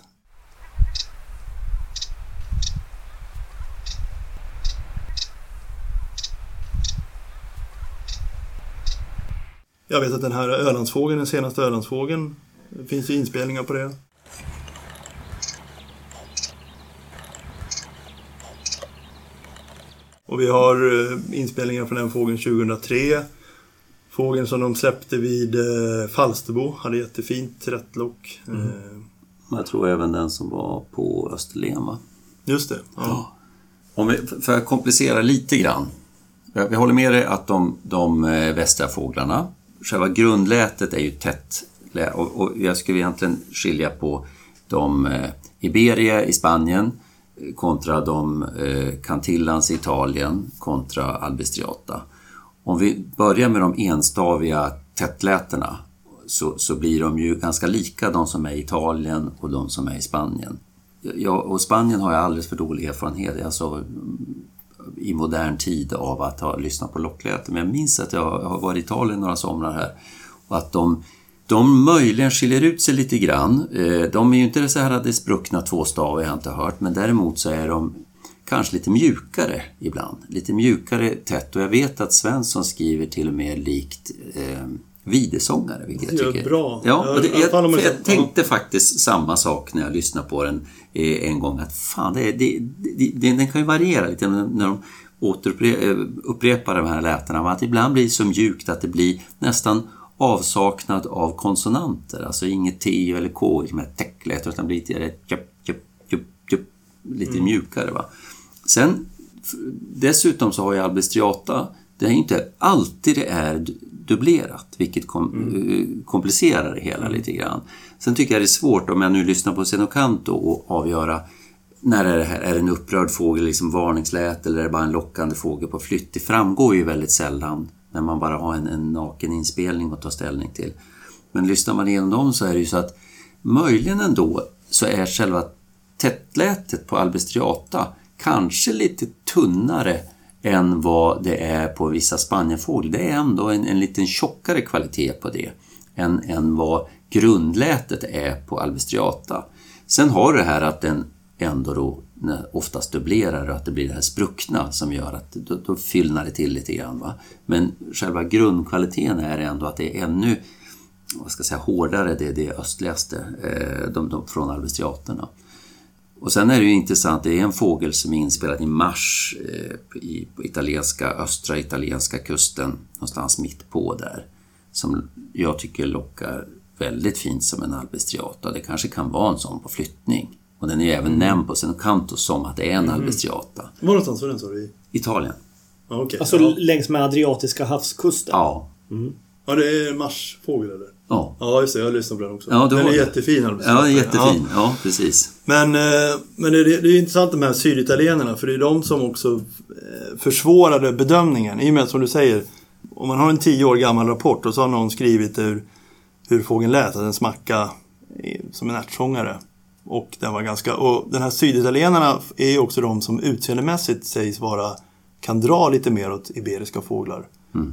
Jag vet att den här Ölandsfågeln, den senaste Ölandsfågeln, det finns ju inspelningar på det. Och vi har inspelningar från den fågeln 2003. Fågeln som de släppte vid Falsterbo hade jättefint rättlock. Jag tror även den som var på Österlen, va? Just det, ja. För att komplicera lite grann. Vi håller med dig att de västra fåglarna, själva grundlätet är ju tätt. Och jag skulle egentligen skilja på de Iberia i Spanien kontra de Cantillans i Italien kontra albistriata. Om vi börjar med de enstaviga tättlätena så blir de ju ganska lika de som är i Italien och de som är i Spanien. Och Spanien har jag alldeles för dålig erfarenhet alltså i modern tid av att ha lyssnat på lockläten. Men jag minns att jag har varit i Italien några somrar här och att de möjligen skiljer ut sig lite grann. De är ju inte så här att det spruckna tvåstav jag har inte hört, men däremot så är de kanske lite mjukare ibland. Lite mjukare tätt, och jag vet att Svensson skriver till och med likt videsångare, vilket jag tycker bra. Ja, och jag tänkte faktiskt samma sak när jag lyssnade på den en gång, att fan, den kan ju variera lite när de upprepar de här lätena, att ibland blir det så mjukt att det blir nästan avsaknad av konsonanter, alltså inget T eller K i de här täcklätt, utan blir lite mjukare, va. Sen dessutom så har jag albistriata, det är inte alltid det är dubblerat, vilket komplicerar det hela lite grann. Sen tycker jag det är svårt, om jag nu lyssnar på Senocanto, och avgöra när är det här, är det en upprörd fågel, liksom varningslät, eller är det bara en lockande fågel på flytt. Det framgår ju väldigt sällan när man bara har en naken inspelning att ta ställning till. Men lyssnar man igenom dem så är det ju så att möjligen ändå så är själva tättlätet på albistriata kanske lite tunnare än vad det är på vissa spanienfågel. Det är ändå en liten tjockare kvalitet på det än vad grundlätet är på albistriata. Sen har det här att den ändå då oftast dubblerar, och att det blir det här spruckna som gör att då fyllnar det till lite grann, va? Men själva grundkvaliteten är ändå att det är ännu, vad ska jag säga, hårdare, det östligaste de från albistriaterna. Och sen är det ju intressant, det är en fågel som är inspelad i mars på östra italienska kusten, någonstans mitt på där, som jag tycker lockar väldigt fint som en albistriata. Det kanske kan vara en sån på flyttning. Och den är ju även nämnd på Senocanto som att det är en albistriata. Var någonstans var den, så i Italien. Ja, okay. Alltså längs med Adriatiska havskusten. Ja. Ja, det är marsfågel eller? Ja. Ja, just det, jag lyssnar på den också. Ja, den är jättefin. Ja, den är jättefin. Ja, precis. Men det är intressant de här syditalienarna, för det är de som också försvårade bedömningen. I och med att, som du säger, om man har en 10 år gammal rapport och så har någon skrivit hur fågeln lät, att den smacka som en ärtsångare. Och den här syditalienarna är ju också de som utseendemässigt sägs kan dra lite mer åt iberiska fåglar.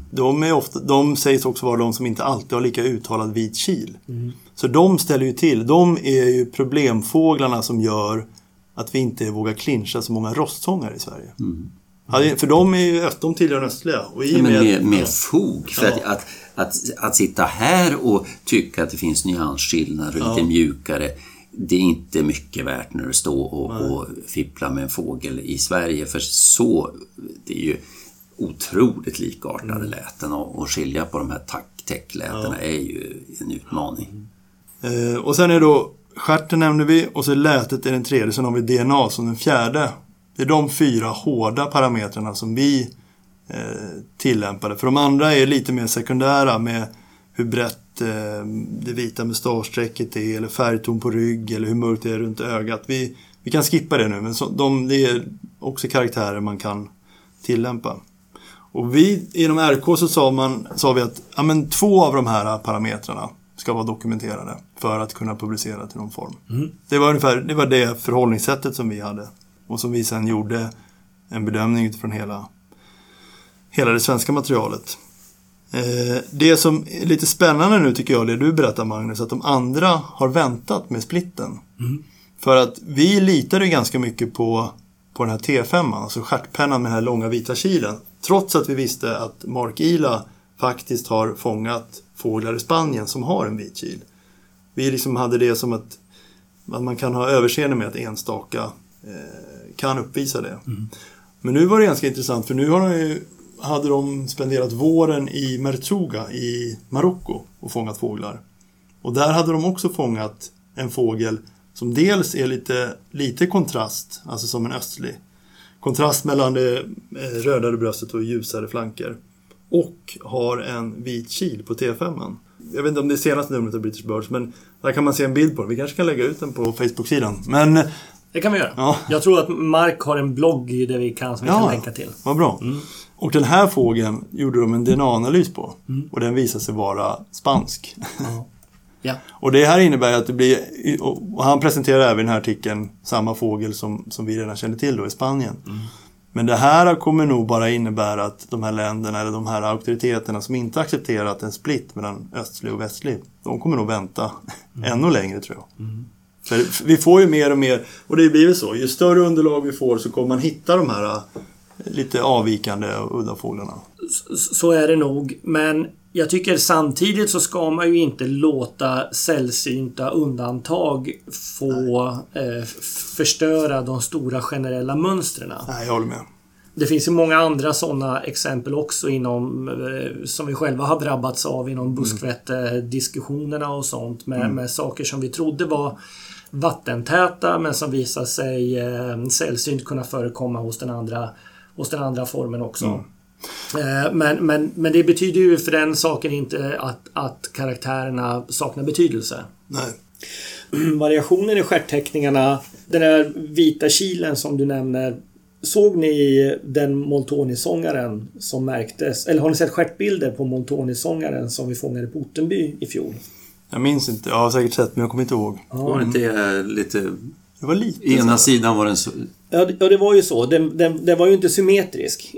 De sägs också vara de som inte alltid har lika uttalad vit kil. Så de ställer ju till. De är ju problemfåglarna som gör att vi inte vågar klincha så många rostsångare i Sverige. För de tillhör östliga. Och med fog. För att sitta här och tycka att det finns nyansskillnader och lite mjukare, det är inte mycket värt när du står och fipplar med en fågel i Sverige. För det är ju otroligt likartade läten, och skilja på de här täcklätena är ju en utmaning. Och sen är då stjärten nämnde vi, och så lätet är den tredje, sen har vi DNA som den fjärde. Det är de 4 hårda parametrarna som vi tillämpade. För de andra är lite mer sekundära, med hur brett det vita mustaschsträcket är, eller färgton på rygg, eller hur mörkt det är runt ögat. Vi kan skippa det nu, men det är också karaktärer man kan tillämpa. Och inom RK så sa vi att 2 av de här parametrarna ska vara dokumenterade för att kunna publicera till någon form. Det var det förhållningssättet som vi hade, och som vi sen gjorde en bedömning utifrån hela det svenska materialet. Det som är lite spännande nu, tycker jag, det du berättar, Magnus, att de andra har väntat med splitten. För att vi litade ganska mycket på den här T5, alltså stjärtpennan med den här långa vita kilen. Trots att vi visste att Mark Ila faktiskt har fångat fåglar i Spanien som har en vit kil. Vi liksom hade det som att man kan ha överseende med att enstaka kan uppvisa det. Men nu var det ganska intressant, för nu hade de spenderat våren i Merzuga i Marocko och fångat fåglar. Och där hade de också fångat en fågel som dels är lite kontrast, alltså som en östlig, kontrast mellan det rödare bröstet och ljusare flanker. Och har en vit kil på T5. Jag vet inte om det är senaste numret av British Birds, men där kan man se en bild på den. Vi kanske kan lägga ut den på Facebook-sidan. Men det kan vi göra. Ja. Jag tror att Mark har en blogg där vi kan länka till. Vad bra. Och den här fågeln gjorde de en DNA-analys på. Och den visade sig vara spansk. Ja. Och det här innebär att det blir... Och han presenterar även i den här artikeln samma fågel som vi redan kände till då i Spanien. Men det här kommer nog bara innebära att de här länderna eller de här auktoriteterna som inte accepterat en split mellan östlig och västlig, de kommer nog vänta ännu längre, tror jag. För vi får ju mer och mer, och det blir väl så, ju större underlag vi får så kommer man hitta de här lite avvikande och udda fåglarna. Så är det nog, men jag tycker samtidigt så ska man ju inte låta sällsynta undantag få förstöra de stora generella mönstren. Nej, jag håller med. Det finns ju många andra sådana exempel också inom, som vi själva har drabbats av inom buskvätte-diskussionerna och sånt med saker som vi trodde var vattentäta men som visar sig sällsynt kunna förekomma hos den andra formen också. Men det betyder ju för den saken inte att karaktärerna saknar betydelse. Nej. Variationen i stjärtteckningarna, den där vita kilen som du nämner, såg ni den Moltoni-sångaren som märktes, eller har ni sett stjärtbilder på Moltoni-sångaren som vi fångade på Ottenby i fjol? Jag minns inte, jag har säkert sett men jag kommer inte ihåg. Var inte det lite... Det var lite ena sidan var den så... Ja, det var ju så. Den var ju inte symmetrisk.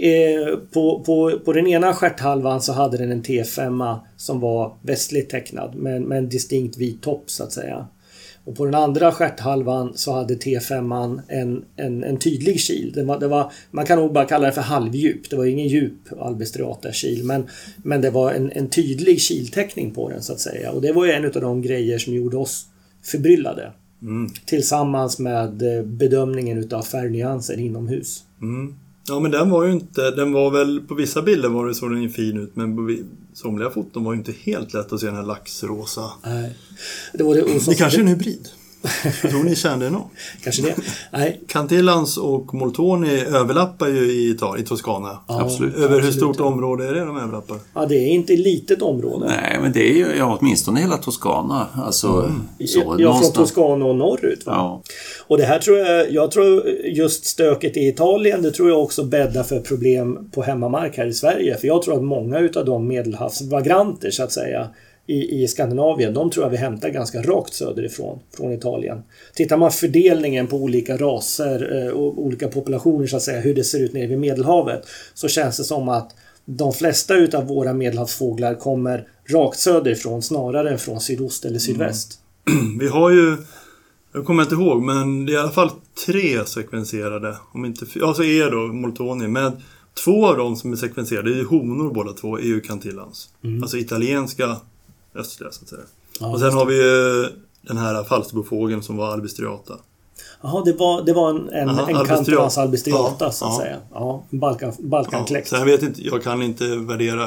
På den ena stjärthalvan så hade den en T5 som var västligt tecknad med en distinkt vit topp så att säga. Och på den andra stjärthalvan så hade T5 en tydlig kil. Det var, man kan nog bara kalla det för halvdjup. Det var ingen djup albistriata kil, men det var en tydlig kilteckning på den så att säga. Och det var ju en av de grejer som gjorde oss förbryllade. Tillsammans med bedömningen utav färgnyanser inomhus. Ja, men den var väl på vissa bilder var det så den fin ut, men på somliga foton var ju inte helt lätt att se den här laxrosa. Nej. Det kanske är en hybrid. Jag tror ni kände det nog. Kanske det. Nej. Cantillans och Moltoni överlappar ju i Toscana. Ja, absolut. Över hur stort område är det de överlappar? Ja, det är inte ett litet område. Nej, men det är ju åtminstone hela Toscana. Alltså, så, från Toscana och norrut. Va? Ja. Och det här jag tror just stöket i Italien, det tror jag också bäddar för problem på hemmamark här i Sverige. För jag tror att många utav de medelhavsvagranter så att säga i Skandinavien, de tror jag vi hämtar ganska rakt söderifrån, från Italien. Tittar man fördelningen på olika raser och olika populationer så att säga, hur det ser ut nere vid Medelhavet, så känns det som att de flesta utav våra medelhavsfåglar kommer rakt söderifrån snarare än från sydost eller sydväst. Vi har ju, jag kommer inte ihåg, men det är i alla fall 3 sekvenserade, om inte alltså är då Moltoni, med 2 av dem som är sekvenserade, det är honor båda 2, är ju Cantillans. Alltså italienska östliga så att säga. Ja, och sen har vi den här Falsterbofågeln som var albistriata. Jaha, det var en Cantillans albistriata så att säga. Ja, Balkankläckt. Så jag vet inte, jag kan inte värdera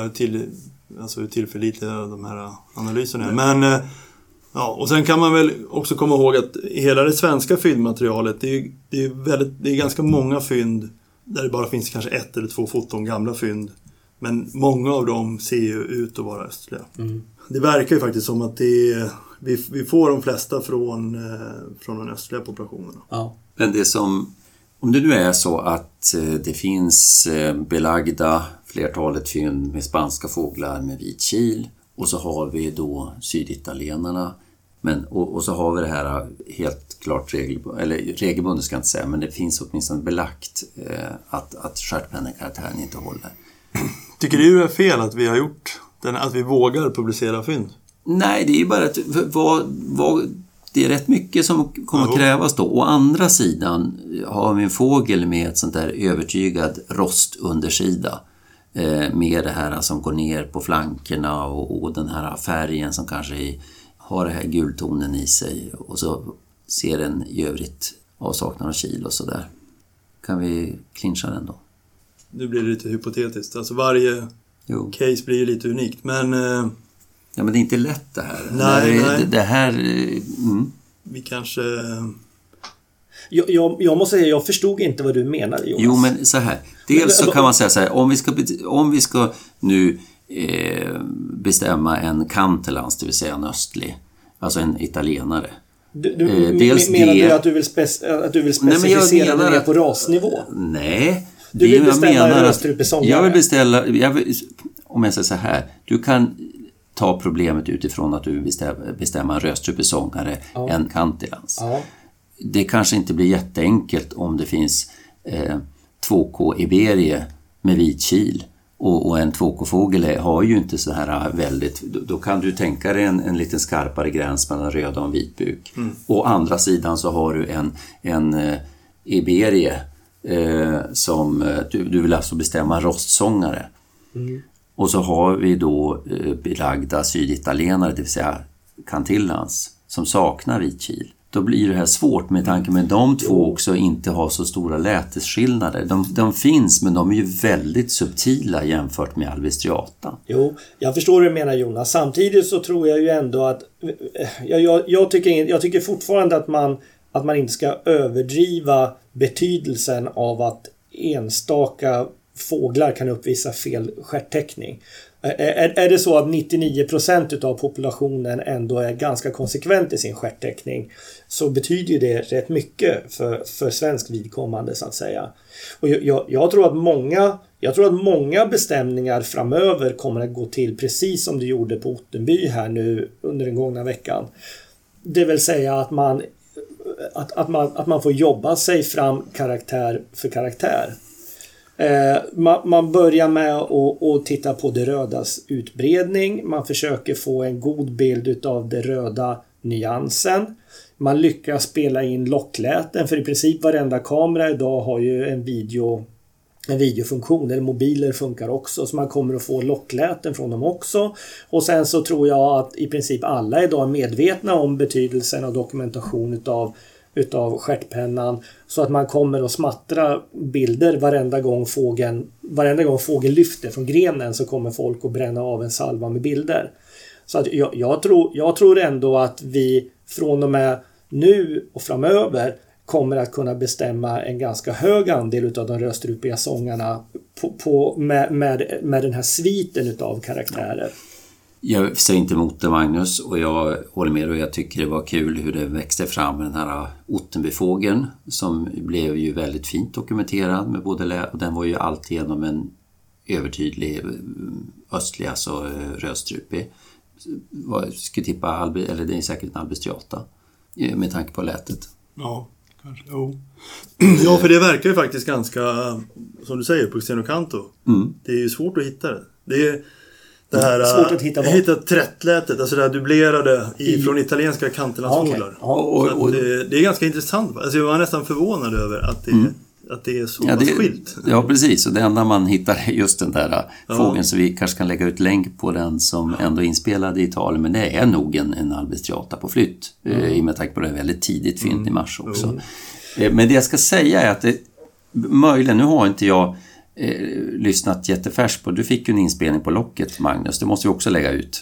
hur tillförlitliga de här analyserna är. Men ja, och sen kan man väl också komma ihåg att hela det svenska fyndmaterialet, det är ganska många fynd där det bara finns kanske 1 eller 2 foton gamla fynd. Men många av dem ser ju ut att vara östliga. Det verkar ju faktiskt som att vi får de flesta från de östliga populationerna. Ja. Men det som, om det nu är så att det finns belagda flertalet fynd med spanska fåglar med vit kil, och så har vi då syditalienarna, och så har vi det här helt klart regelbundet ska jag inte säga, men det finns åtminstone belagt att stjärtpennekaraktären inte håller. Tycker du det är fel att vi har gjort att vi vågar publicera fynd? Nej, det är bara att det är rätt mycket som kommer att krävas då. Å andra sidan har vi en fågel med ett sånt där övertygad rostundersida. Med det här som går ner på flankerna och den här färgen som kanske har det här gultonen i sig. Och så ser den i övrigt avsaknad av kil och sådär. Kan vi clincha den då? Nu blir det lite hypotetiskt. Alltså varje case blir ju lite unikt. Men... Ja, men det är inte lätt det här. Nej. Det här... Vi kanske... Jag måste säga, jag förstod inte vad du menar, Jonas. Jo, men så här. Dels så kan man säga så här, om vi ska nu bestämma en Cantillans, det vill säga en östlig, alltså en italienare. Menar du att du vill specificera det på rasnivå? Nej. Du vill beställa en röstrupesångare? Jag vill om jag säger så här, du kan ta problemet utifrån att du vill bestämma en röstrupesångare, en Cantillans. Ja. Det kanske inte blir jätteenkelt om det finns 2K Iberie med vit kil och en 2K-fågel har ju inte så här väldigt, då kan du tänka dig en lite skarpare gräns mellan röd och en vit buk. Å andra sidan så har du en Iberie som du vill alltså bestämma rostsångare. Och så har vi då belagda syditalienare, det vill säga Cantillans, som saknar vit kil. Då blir det här svårt med tanke med de två också inte har så stora lätesskillnader. De finns, men de är ju väldigt subtila jämfört med albistriata. Jo, jag förstår hur du menar, Jonas. Samtidigt så tror jag ju ändå att jag tycker fortfarande att man inte ska överdriva betydelsen av att enstaka fåglar kan uppvisa fel stjärttäckning. Är det så att 99% av populationen ändå är ganska konsekvent i sin stjärttäckning, så betyder det rätt mycket för svensk vidkommande, så att säga. Och jag tror att många bestämningar framöver kommer att gå till precis som det gjorde på Ottenby här nu under den gångna veckan. Det vill säga att man får jobba sig fram karaktär för karaktär. Man börjar med att titta på det rödas utbredning. Man försöker få en god bild av det röda nyansen. Man lyckas spela in lockläten, för i princip varenda kamera idag har ju en videofunktion, eller mobiler funkar också, så man kommer att få lockläten från dem också. Och sen så tror jag att i princip alla idag är medvetna om betydelsen av dokumentation utav stjärtpennan, så att man kommer att smattra bilder varenda gång fågeln lyfter från grenen, så kommer folk att bränna av en salva med bilder. Så att jag tror ändå att vi från och med nu och framöver kommer att kunna bestämma en ganska hög andel av de röstrupiga sångarna med den här sviten utav karaktärer. Jag säger inte emot det, Magnus, och jag håller med, och jag tycker det var kul hur det växte fram med den här Ottenbyfågeln som blev ju väldigt fint dokumenterad med både, och den var ju alltigenom en övertydlig östlig, alltså rödstrupig. Skulle tippa eller det är säkert en albistriata med tanke på lätet. Ja, kanske. Ja, för det verkar ju faktiskt ganska, som du säger, på Xenocanto. Det är ju svårt att hitta det. Det är det här, svårt att hitta trättlätet, alltså det här dubblerade från italienska Cantillanfåglar. Okay. Det är ganska intressant. Alltså jag var nästan förvånad över att det är så skilt. Ja, precis. Och det enda man hittar är just den där fågeln, så vi kanske kan lägga ut länk på den som ändå är inspelad i Italien. Men det är nog en albistriata på flytt. I och med tanke på det väldigt tidigt fynd i mars också. Men det jag ska säga är att det möjligen, nu har inte jag lyssnat jättefärskt på. Du fick ju en inspelning på locket, Magnus. Det måste vi också lägga ut.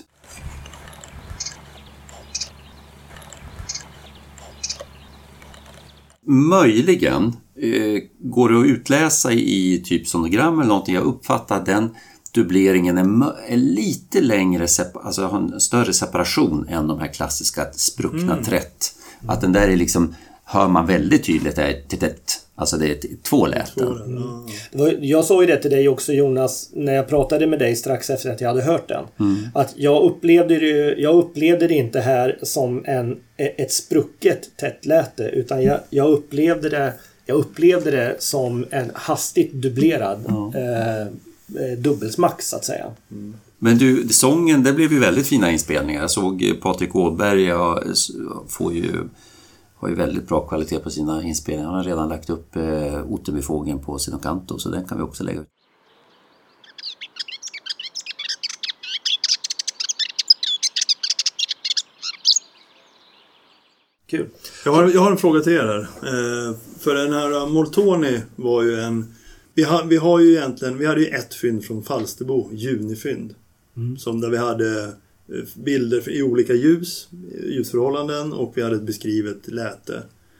Möjligen går det att utläsa i typ sonogram eller någonting. Jag uppfattar den dubbleringen är lite längre, alltså har en större separation än de här klassiska spruckna trätt. Att den där är liksom, hör man väldigt tydligt, alltså det är två läten. Jag sa ju det till dig också, Jonas, när jag pratade med dig strax efter att jag hade hört den. Att jag upplevde det inte här som ett sprucket tätt läte, utan jag upplevde det som en hastigt dubblerad dubbelsmax, så att säga. Men du, sången, det blev ju väldigt fina inspelningar. Jag såg Patrik Åberg, har ju väldigt bra kvalitet på sina inspelningar. Han har redan lagt upp Ottenbyfågeln på Xenocanto, så den kan vi också lägga ut. Kul. Jag har en fråga till er här. För den här Moltoni var ju vi hade ju ett fynd från Falsterbo, junifynd. Som där vi hade bilder i olika ljusförhållanden, och vi hade ett beskrivet läte.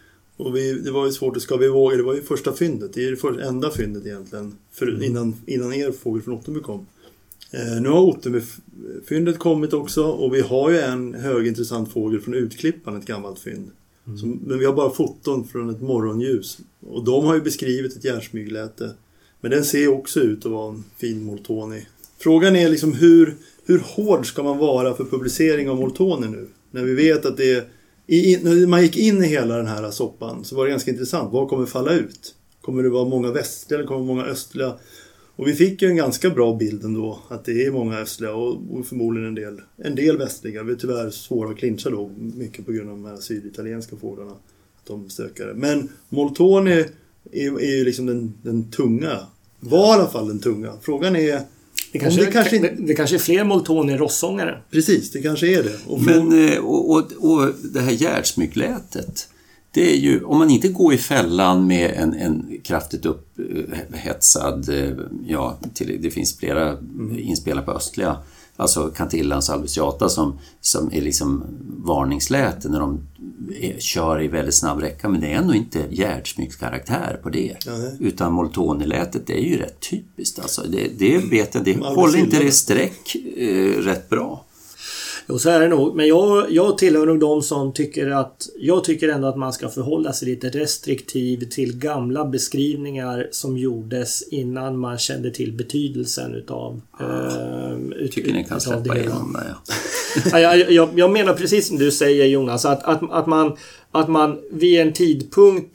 Och det var ju svårt, ska vi våga, det var ju första fyndet, det är det enda fyndet egentligen, innan er fågel från Ottenby kom. Nu har Ottenby-fyndet kommit också, och vi har ju en högintressant fågel från Utklippan, ett gammalt fynd. Men vi har bara foton från ett morgonljus, och de har ju beskrivit ett järnsmygläte, men den ser också ut att vara en fin moltoni. Frågan är liksom hur hård ska man vara för publicering av moltoni nu, när vi vet att när man gick in i hela den här soppan så var det ganska intressant. Vad kommer falla ut? Kommer det vara många västliga eller kommer det vara många östliga? Och vi fick ju en ganska bra bild ändå, att det är många östliga och förmodligen en del västliga. Vi är tyvärr svåra att clincha då, mycket på grund av de här syditalienska fåglarna, att de stökar. Men moltoni är ju liksom den tunga, var i alla fall den tunga. Frågan är... Det kanske är fler moltoni rossångare. Precis, det kanske är det. Och det här järnsmyglätet, det är ju, om man inte går i fällan med en kraftigt upphetsad, det finns flera inspelare på östliga, alltså Cantillans albusiata som är liksom varningsläte när de kör i väldigt snabb räcka, men det är ändå inte järnsmygskaraktär på det. Utan moltonilätet, det är ju rätt typiskt. Alltså det vet jag, det håller inte det streck rätt bra. Jo, så är det nog. Men jag tillhör nog de som tycker ändå att man ska förhålla sig lite restriktiv till gamla beskrivningar som gjordes innan man kände till betydelsen utav tycker ni kan släppa igenom det. Jag menar precis som du säger, Jonas, att man vid en tidpunkt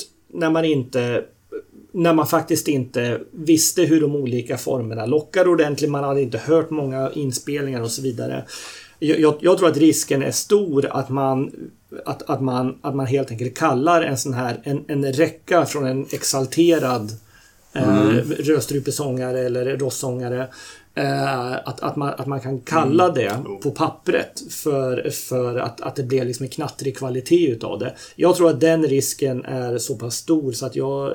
när man faktiskt inte visste hur de olika formerna lockade ordentligt, man hade inte hört många inspelningar och så vidare. Jag tror att risken är stor att man helt enkelt kallar en sån här en räcka från en exalterad rödstrupesångare eller rossångare, att man kan kalla det på pappret för att det blir liksom en knattrig kvalitet utav det. Jag tror att den risken är så pass stor så att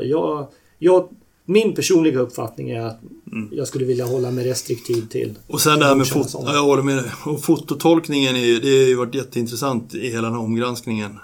min personliga uppfattning är att jag skulle vilja hålla mig restriktiv till. Och sen det här med jag håller med dig. Och fototolkningen det har ju varit jätteintressant i hela den här omgranskningen.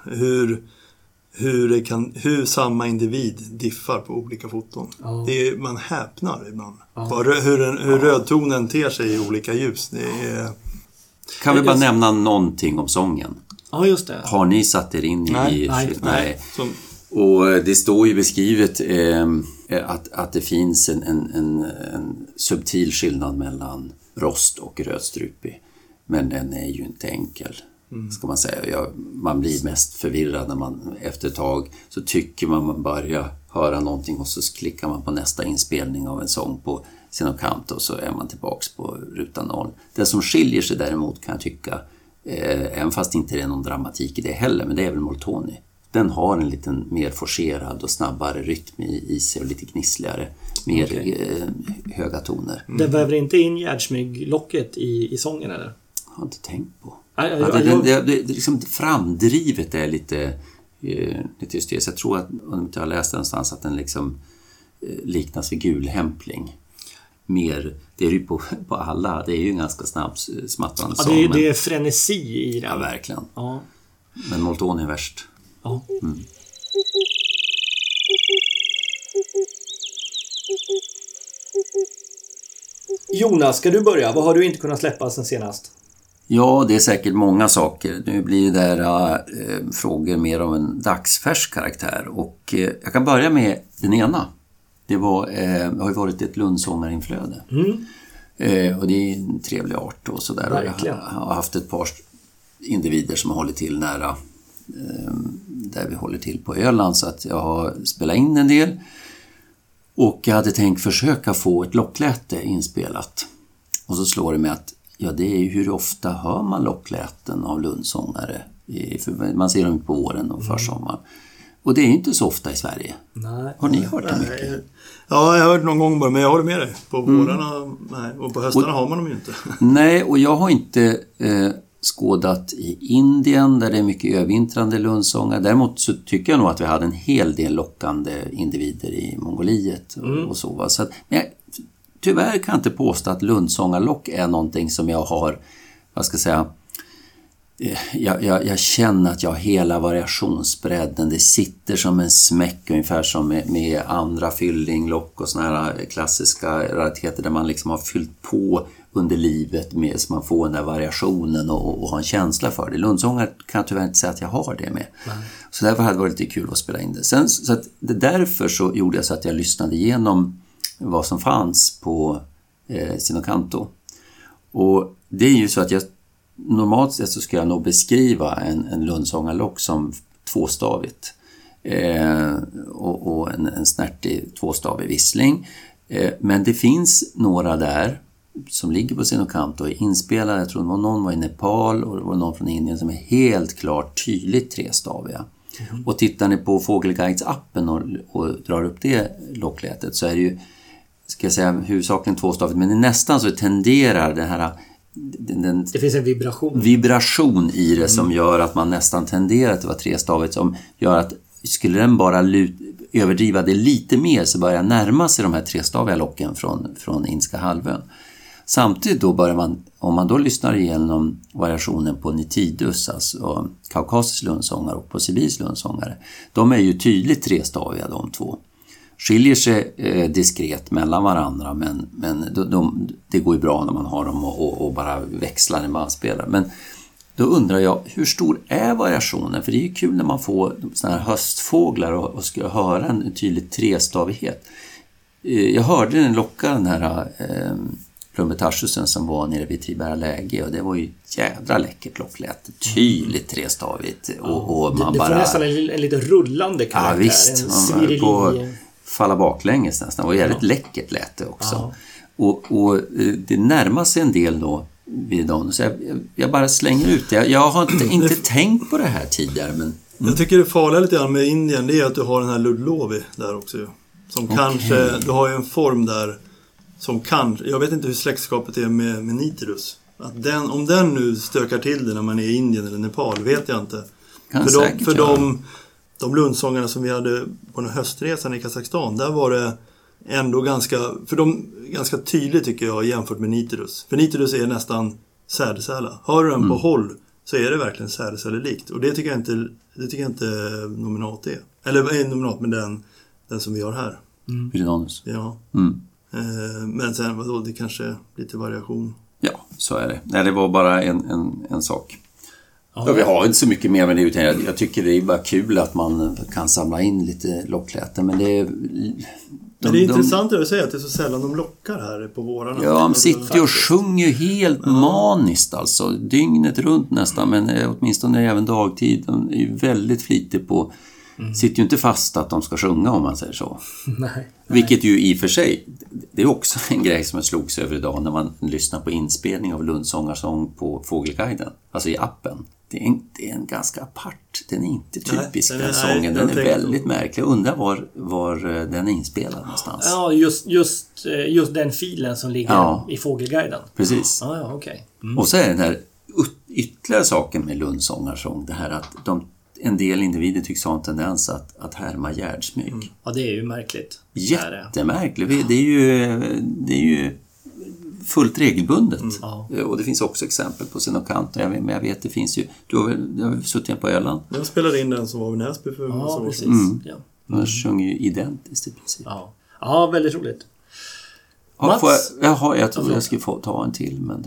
Hur samma individ diffar på olika foton. Ja. Man häpnar ibland. Ja. Hur rödtonen ter sig i olika ljus. Kan vi bara nämna någonting om sången? Ja, just det. Har ni satt er in i... Nej. Och det står ju beskrivet att det finns en subtil skillnad mellan rost och rödstrupig. Men den är ju inte enkel, ska man säga. Man blir mest förvirrad när man efter ett tag så tycker man börjar höra någonting och så klickar man på nästa inspelning av en sång på Sinocant och så är man tillbaks på ruta 0. Det som skiljer sig däremot kan jag tycka, även fast inte det är någon dramatik i det heller, men det är väl moltoni. Den har en liten mer forcerad och snabbare rytm i sig och lite gnissligare, mer höga toner. Den väver inte in järnsmygglocket i sången, eller? Jag har inte tänkt på. Det liksom framdrivet är lite just det. Så jag tror att, om jag läste någonstans, att den liksom liknas vid gulhämpling. Mer, det är ju på alla, det är ju en ganska snabb smattrande sång. Det är frenesi i den. Ja, verkligen. Ja. Men molton är värst. Ja. Jonas, ska du börja? Vad har du inte kunnat släppa sen senast? Ja, det är säkert många saker. Nu blir det där frågor mer av en dagsfärsk karaktär. Och jag kan börja med den ena. Det har ju varit ett lundsångarinflöde. Och det är en trevlig art och sådär. Jag har haft ett par individer som har hållit till nära där vi håller till på Öland, så att jag har spelat in en del. Och jag hade tänkt försöka få ett lockläte inspelat. Och så slår det mig att det är ju hur ofta hör man lockläten av lundsångare. För man ser dem på våren och försommaren. Och det är inte så ofta i Sverige. Nej. Har ni hört det mycket? Ja, jag har hört någon gång bara, men jag håller med dig. På vårarna, nej, och på höstarna har man dem ju inte. Nej, och jag har inte skådat i Indien där det är mycket övervintrande lundsångare. Däremot så tycker jag nog att vi hade en hel del lockande individer i Mongoliet och så. Så att, men tyvärr kan jag inte påstå att lundsångarlock är någonting som jag har, vad ska jag säga, Jag känner att jag har hela variationsbredden. Det sitter som en smäck, ungefär som med andra fyllinglock och såna här klassiska rariteter där man liksom har fyllt på under livet med, så man får den där variationen och har en känsla för det. Lundsångar kan jag tyvärr inte säga att jag har det med. Så därför hade det varit lite kul att spela in det. Sen, så att därför så gjorde jag så att jag lyssnade igenom vad som fanns på Sinocanto. Och det är ju så att jag normalt sett så ska jag nog beskriva en lundsångarlock som tvåstavigt och en snärtig tvåstavig vissling. Men det finns några där som ligger på Sinocanto och är inspelade. Jag tror det var någon var i Nepal och det var någon från Indien som är helt klart tydligt trestaviga. Och tittar ni på Fågelguides-appen och drar upp det locklätet så är det ju, ska jag säga, huvudsakligen tvåstavigt, men det nästan så tenderar det här det finns en vibration i det som gör att man nästan tenderar att det var trestavigt, som gör att skulle den bara överdriva det lite mer så börjar närma sig de här trestaviga locken från Indiska halvön. Samtidigt då börjar man, om man då lyssnar igenom variationen på Nitidus, alltså kaukasisk lundsångare, och på Sibis lundsångare, de är ju tydligt trestaviga de två. Skiljer sig diskret mellan varandra, men det går ju bra när man har dem och bara växlar när man spelar. Men då undrar jag, hur stor är variationen? För det är ju kul när man får såna här höstfåglar och ska höra en tydlig trestavighet. Jag hörde den locka, den här Plumbetarsusen som var nere vid Triberga läge, och det var ju jädra läckert locklätt, tydligt trestavigt och man det bara... får nästan en lite rullande karaktär. Ja visst, man var på falla baklänges nästan, och jävligt läckert lät det också. Och det närmar sig en del då vid dagen, så jag bara slänger ut det. Jag har inte tänkt på det här tidigare, men... Jag tycker det farliga lite grann med Indien, det är att du har den här Ludlovi där också. Som kanske, du har ju en form där som kan, jag vet inte hur släktskapet är med Nitidus. Att om den nu stökar till det när man är i Indien eller Nepal, vet jag inte. För de lundsångarna som vi hade på den höstresan i Kazakstan, där var det ändå ganska tydligt tycker jag jämfört med Nitidus. För Nitidus är nästan sädesärla. Har du den på håll så är det verkligen sädesärlelikt. Och det tycker jag inte nominat är. Eller nominat med den som vi har här. Pyridonus. Ja. Men sen vadå, det kanske lite variation. Ja, så är det. Nej, det var bara en sak. Ja, vi har inte så mycket mer med det, utan jag tycker det är bara kul att man kan samla in lite lockläten, men det är... Men det är intressant att säga att det är så sällan de lockar här på vårarna. Ja, de sitter och sjunger helt maniskt alltså, dygnet runt nästan, men åtminstone även dagtid. De är ju väldigt flitigt på, sitter ju inte fast att de ska sjunga om man säger så. Nej. Vilket ju i och för sig, det är också en grej som jag slogs över idag när man lyssnar på inspelning av lundsångarsång på Fågelguiden, alltså i appen. Det är en ganska apart, den är inte typisk. Den sången, den är väldigt märklig. Jag undrar var den är inspelad någonstans. Ja, just den filen som ligger i Fågelguiden. Precis. Ja, okej. Och så är den här ytterligare saken med lundsångarsång, det här att en del individer tycks ha en tendens att härma gärdsmyg. Ja, det är ju märkligt. Jättemärkligt. Det är ju fullt regelbundet. Och det finns också exempel på Sinocanto. Men jag vet, det finns ju... Du har suttit på Öland. Jag spelade in den som var vid Näsby för ja, precis. Man sjunger ju identiskt i princip. Ja, väldigt roligt. Mats? Jag tror jag skulle få ta en till, men...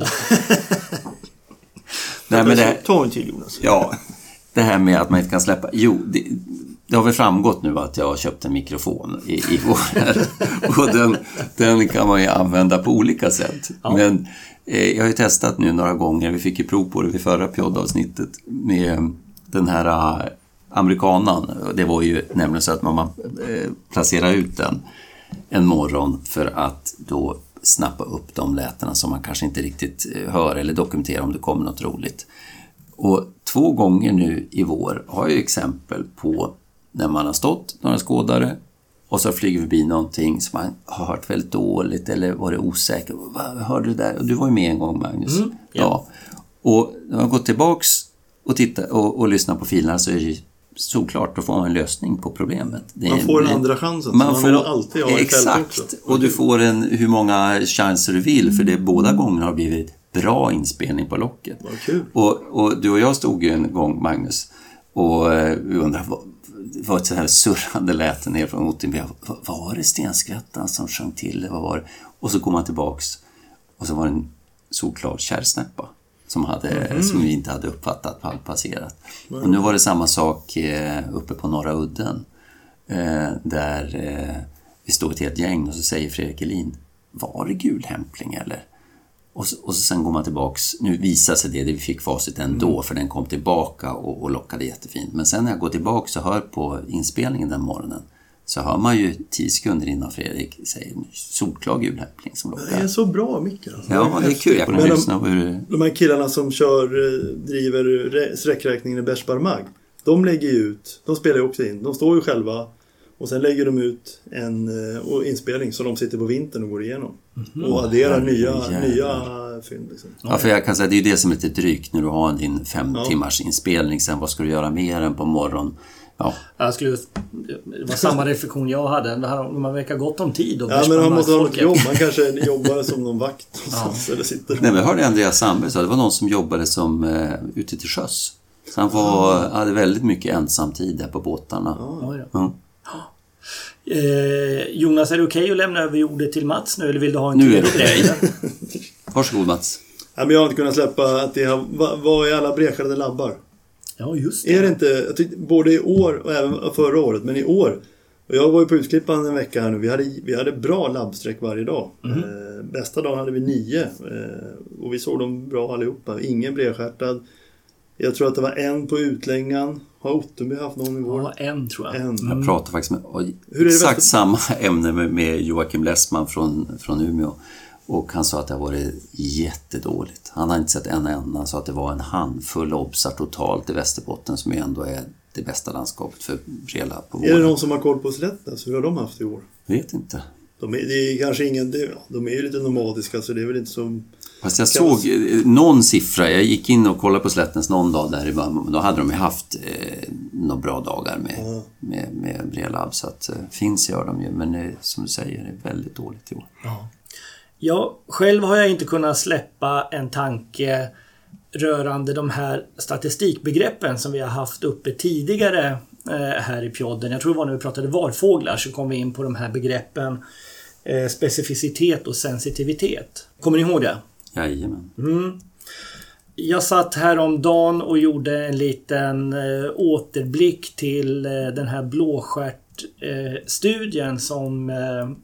Ta en till, Jonas. Ja, det här med att man inte kan släppa... Jo, det har väl framgått nu att jag har köpt en mikrofon i vår. Och den kan man ju använda på olika sätt. Ja. Men jag har ju testat nu några gånger. Vi fick ju prov på det vid förra poddavsnittet med den här amerikanan. Det var ju nämligen så att man placerade ut den en morgon för att då snappa upp de lätena som man kanske inte riktigt hör eller dokumentera om det kommer något roligt. Och 2 gånger nu i vår har jag exempel på när man har stått några skådare och så flyger förbi någonting som man har hört väldigt dåligt eller varit osäker. Vad hörde du där? Och du var ju med en gång, Magnus. Ja. Och när man går tillbaks och tittar och lyssnar på filerna så är det såklart att få en lösning på problemet. Man får en andra chansen. Man får alltid ha exakt. Och du får hur många chanser du vill, för det båda gångerna har blivit bra inspelning på locket. Vad kul. Och du och jag stod ju en gång, Magnus, och vi undrade vad ett så här surrande läte ner från Ottenby. Vad var det Stenskrattan som sjöng till? Vad var det? Och så går man tillbaks och så var det en solklar kärrsnäppa som vi inte hade uppfattat hade passerat. Och nu var det samma sak uppe på Norra Udden där vi står ett helt gäng och så säger Fredrik Elin, var det gulhämpling eller? Och så sen går man tillbaks, nu visar sig det vi fick facit ändå för den kom tillbaka och lockade jättefint. Men sen när jag går tillbaks och hör på inspelningen den morgonen så hör man ju 10 sekunder innan Fredrik säger solklar gulhämpling som lockar. Det är så bra mycket. Alltså. Ja, det är kul. Jag kommer lyssna på de här killarna som driver sträckräkningen i Bersbarmag, de lägger ju ut, de spelar ju också in, de står ju själva och sen lägger de ut en inspelning så de sitter på vintern och går igenom. Och adderar nya film. Liksom. Ja, för jag kan säga det är ju det som är lite drygt när du har din 5 timmars inspelning. Sen vad ska du göra mer än på morgon? Ja. Det var samma reflektion jag hade. Man verkar gott om tid. Och ja, men man måste ha ett jobb. Man kanske jobbar som någon vakt eller sitter. Nej, men jag hörde Andreas Sandberg säga det var någon som jobbade som ute till sjöss. Så han hade väldigt mycket ensamtid där på båtarna. Jonas, är det okej att lämna över ordet till Mats nu? Eller vill du ha en nu är det okej. Varsågod Mats. Ja, men jag har inte kunnat släppa att det var i alla bredskärade labbar. Ja, just det. Är det inte, jag tyckte, både i år och även förra året, men i år. Och jag var ju på Utklippan en vecka här nu. Vi hade bra labbsträck varje dag. Bästa dagen hade vi 9. Och vi såg dem bra allihopa. Ingen bredskärtad. Jag tror att det var en på Utlängan. Har Ottenby haft någon i år? Ja, en tror jag. Jag pratade faktiskt med exakt samma ämne med Joakim Lessman från Umeå. Och han sa att det var jättedåligt. Han har inte sett en enda. Han sa att det var en handfull obsar totalt i Västerbotten som ändå är det bästa landskapet för brela på våren. Är det någon som har koll på Slättnäs? Hur har de haft i år? Vet inte. Det är kanske ingen... De är ju lite nomadiska så det är väl inte som... Fast jag såg någon siffra. Jag gick in och kollade på Slättnäs någon dag där. Då hade de ju haft några bra dagar med brelabb. Så att finns gör de ju. Men som du säger, det är väldigt dåligt i år. Ja, själv har jag inte kunnat släppa en tanke rörande de här statistikbegreppen som vi har haft uppe tidigare här i podden. Jag tror det var när vi pratade varfåglar så kom vi in på de här begreppen specificitet och sensitivitet. Kommer ni ihåg det? Jajamän. Jag satt här om dagen och gjorde en liten återblick till den här blåstjärtstudien som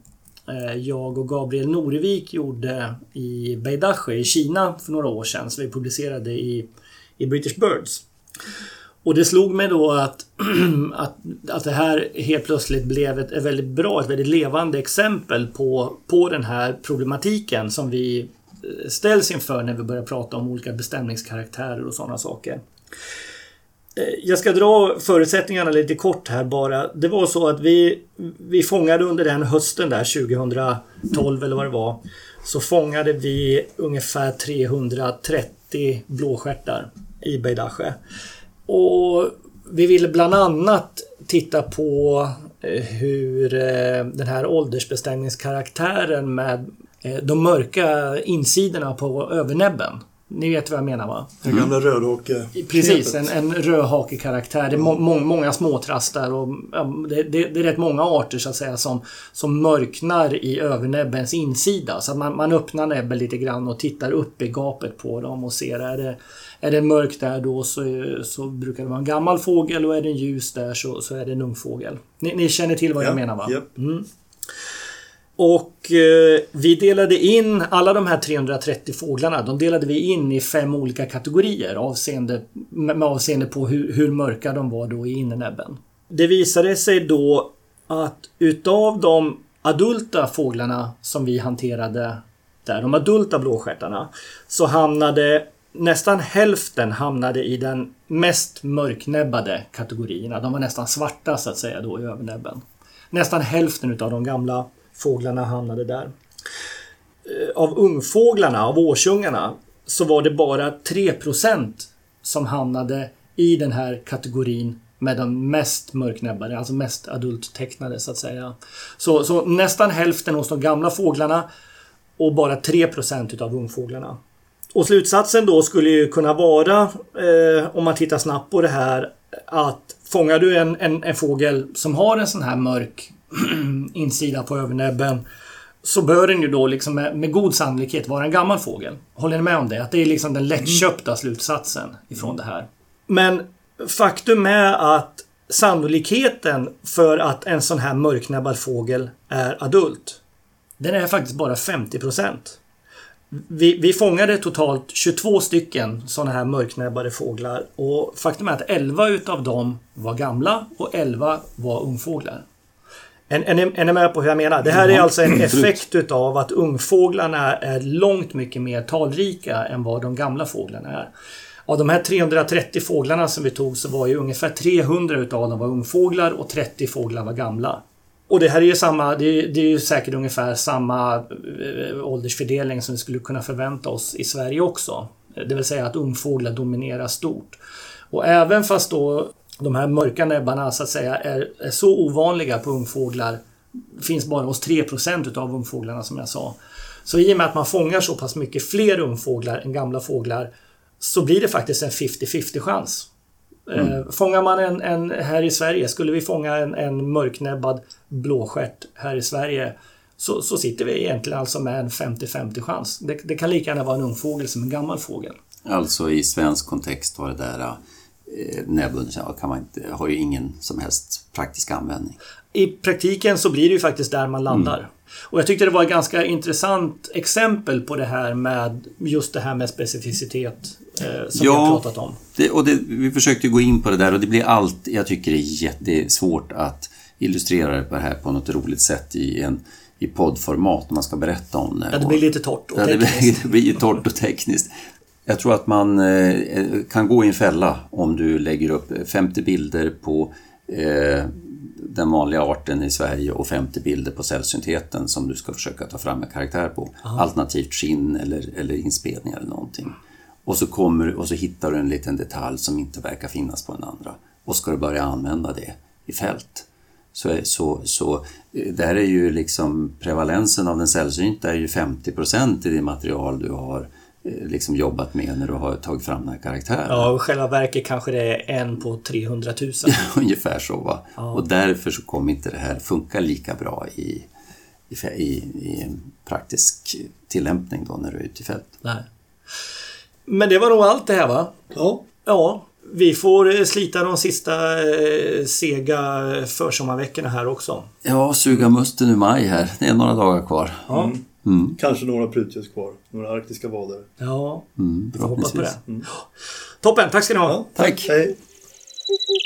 jag och Gabriel Norevik gjorde i Beidache i Kina för några år sedan. Så vi publicerade i British Birds. Och det slog mig då att det här helt plötsligt blev ett väldigt bra, ett väldigt levande exempel på den här problematiken som vi ställs inför när vi börjar prata om olika bestämningskaraktärer och sådana saker. Jag ska dra förutsättningarna lite kort här bara. Det var så att vi fångade under den hösten där 2012 eller vad det var, så fångade vi ungefär 330 blåstjärtar i Beidache. Och vi ville bland annat titta på hur den här åldersbestämningskaraktären med de mörka insidorna på övernäbben. Ni vet vad jag menar, va? Den gamla rödhake. Precis, en rödhake-karaktär. Det är många småtrastar och det är rätt många arter så att säga som mörknar i övernäbbens insida. Så att man öppnar näbben lite grann och tittar upp i gapet på dem och ser är det mörkt där då så brukar det vara en gammal fågel och är det en ljus där så är det en ung fågel. Ni känner till vad jag menar, va? Yep. Och vi delade in alla de här 330 fåglarna, de delade vi in i 5 olika kategorier med avseende på hur mörka de var då i innernäbben. Det visade sig då att utav de adulta fåglarna som vi hanterade där, de adulta blåstjärtarna, så hamnade nästan hälften i den mest mörknäbbade kategorierna. De var nästan svarta så att säga då i övernäbben. Nästan hälften utav de gamla fåglarna hamnade där. Av ungfåglarna, av årsungarna, så var det bara 3% som hamnade i den här kategorin med de mest mörknäbbade, alltså mest adulttecknade så att säga. Så nästan hälften hos de gamla fåglarna och bara 3% utav ungfåglarna. Och slutsatsen då skulle ju kunna vara, om man tittar snabbt på det här, att fångar du en fågel som har en sån här mörk insida på övernäbben, så bör den ju då liksom med god sannolikhet vara en gammal fågel. Håller ni med om det? Att det är liksom den lättköpta slutsatsen ifrån det här. Men faktum är att sannolikheten för att en sån här mörknäbbad fågel är adult, den är faktiskt bara 50%. Vi fångade totalt 22 stycken såna här mörknäbbade fåglar, och faktum är att 11 utav dem var gamla och 11 var ungfåglar. Är ni med på hur jag menar? Det här är alltså en effekt utav att ungfåglarna är långt mycket mer talrika än vad de gamla fåglarna är. Av de här 330 fåglarna som vi tog, så var ju ungefär 300 utav dem var ungfåglar och 30 fåglar var gamla. Och det här är ju samma, det är ju säkert ungefär samma åldersfördelning som vi skulle kunna förvänta oss i Sverige också. Det vill säga att ungfåglar dominerar stort. Och även fast då de här mörka näbbarna så att säga är så ovanliga på ungfåglar, finns bara hos 3% utav ungfåglarna som jag sa. Så i och med att man fångar så pass mycket fler ungfåglar än gamla fåglar, så blir det faktiskt en 50-50 chans. Fångar man en här i Sverige, skulle vi fånga en mörknäbbad blåstjärt här i Sverige, så sitter vi egentligen alltså med en 50-50 chans. Det kan lika gärna vara en ungfågel som en gammal fågel. Alltså i svensk kontext var det där näbbunden har ju ingen som helst praktisk användning. I praktiken så blir det ju faktiskt där man landar. Och jag tyckte det var ett ganska intressant exempel på det här med just det här med specificitet som vi har pratat om. Vi försökte gå in på det där, och det blir jag tycker det är jättesvårt att illustrera det här på något roligt sätt i poddformat när man ska berätta om det. Ja, det blir lite torrt och tekniskt. Det blir torrt och tekniskt. Jag tror att man kan gå i en fälla om du lägger upp 50 bilder på den vanliga arten i Sverige och 50 bilder på sällsyntheten som du ska försöka ta fram en karaktär på. Aha. Alternativt skinn eller inspelning eller någonting. Och så hittar du en liten detalj som inte verkar finnas på den andra. Och ska du börja använda det i fält. Så där är ju liksom prevalensen av den sällsynta är ju 50% i det material du har liksom jobbat med när du har tagit fram den här karaktären. Ja, och själva verket kanske det är en på 300 000. Ungefär så, va? Ja. Och därför så kommer inte det här funka lika bra i praktisk tillämpning då när du är ute i fält. Nej. Men det var nog allt det här, va? Ja, vi får slita de sista sega försommarveckorna här också. Ja, suga musten i maj här. Det är några dagar kvar. Ja. Kanske några prutljus kvar. Några arktiska vadare. Ja, vi får hoppas på det. Mm. Toppen, tack ska ni ha. Ja, tack. Hej.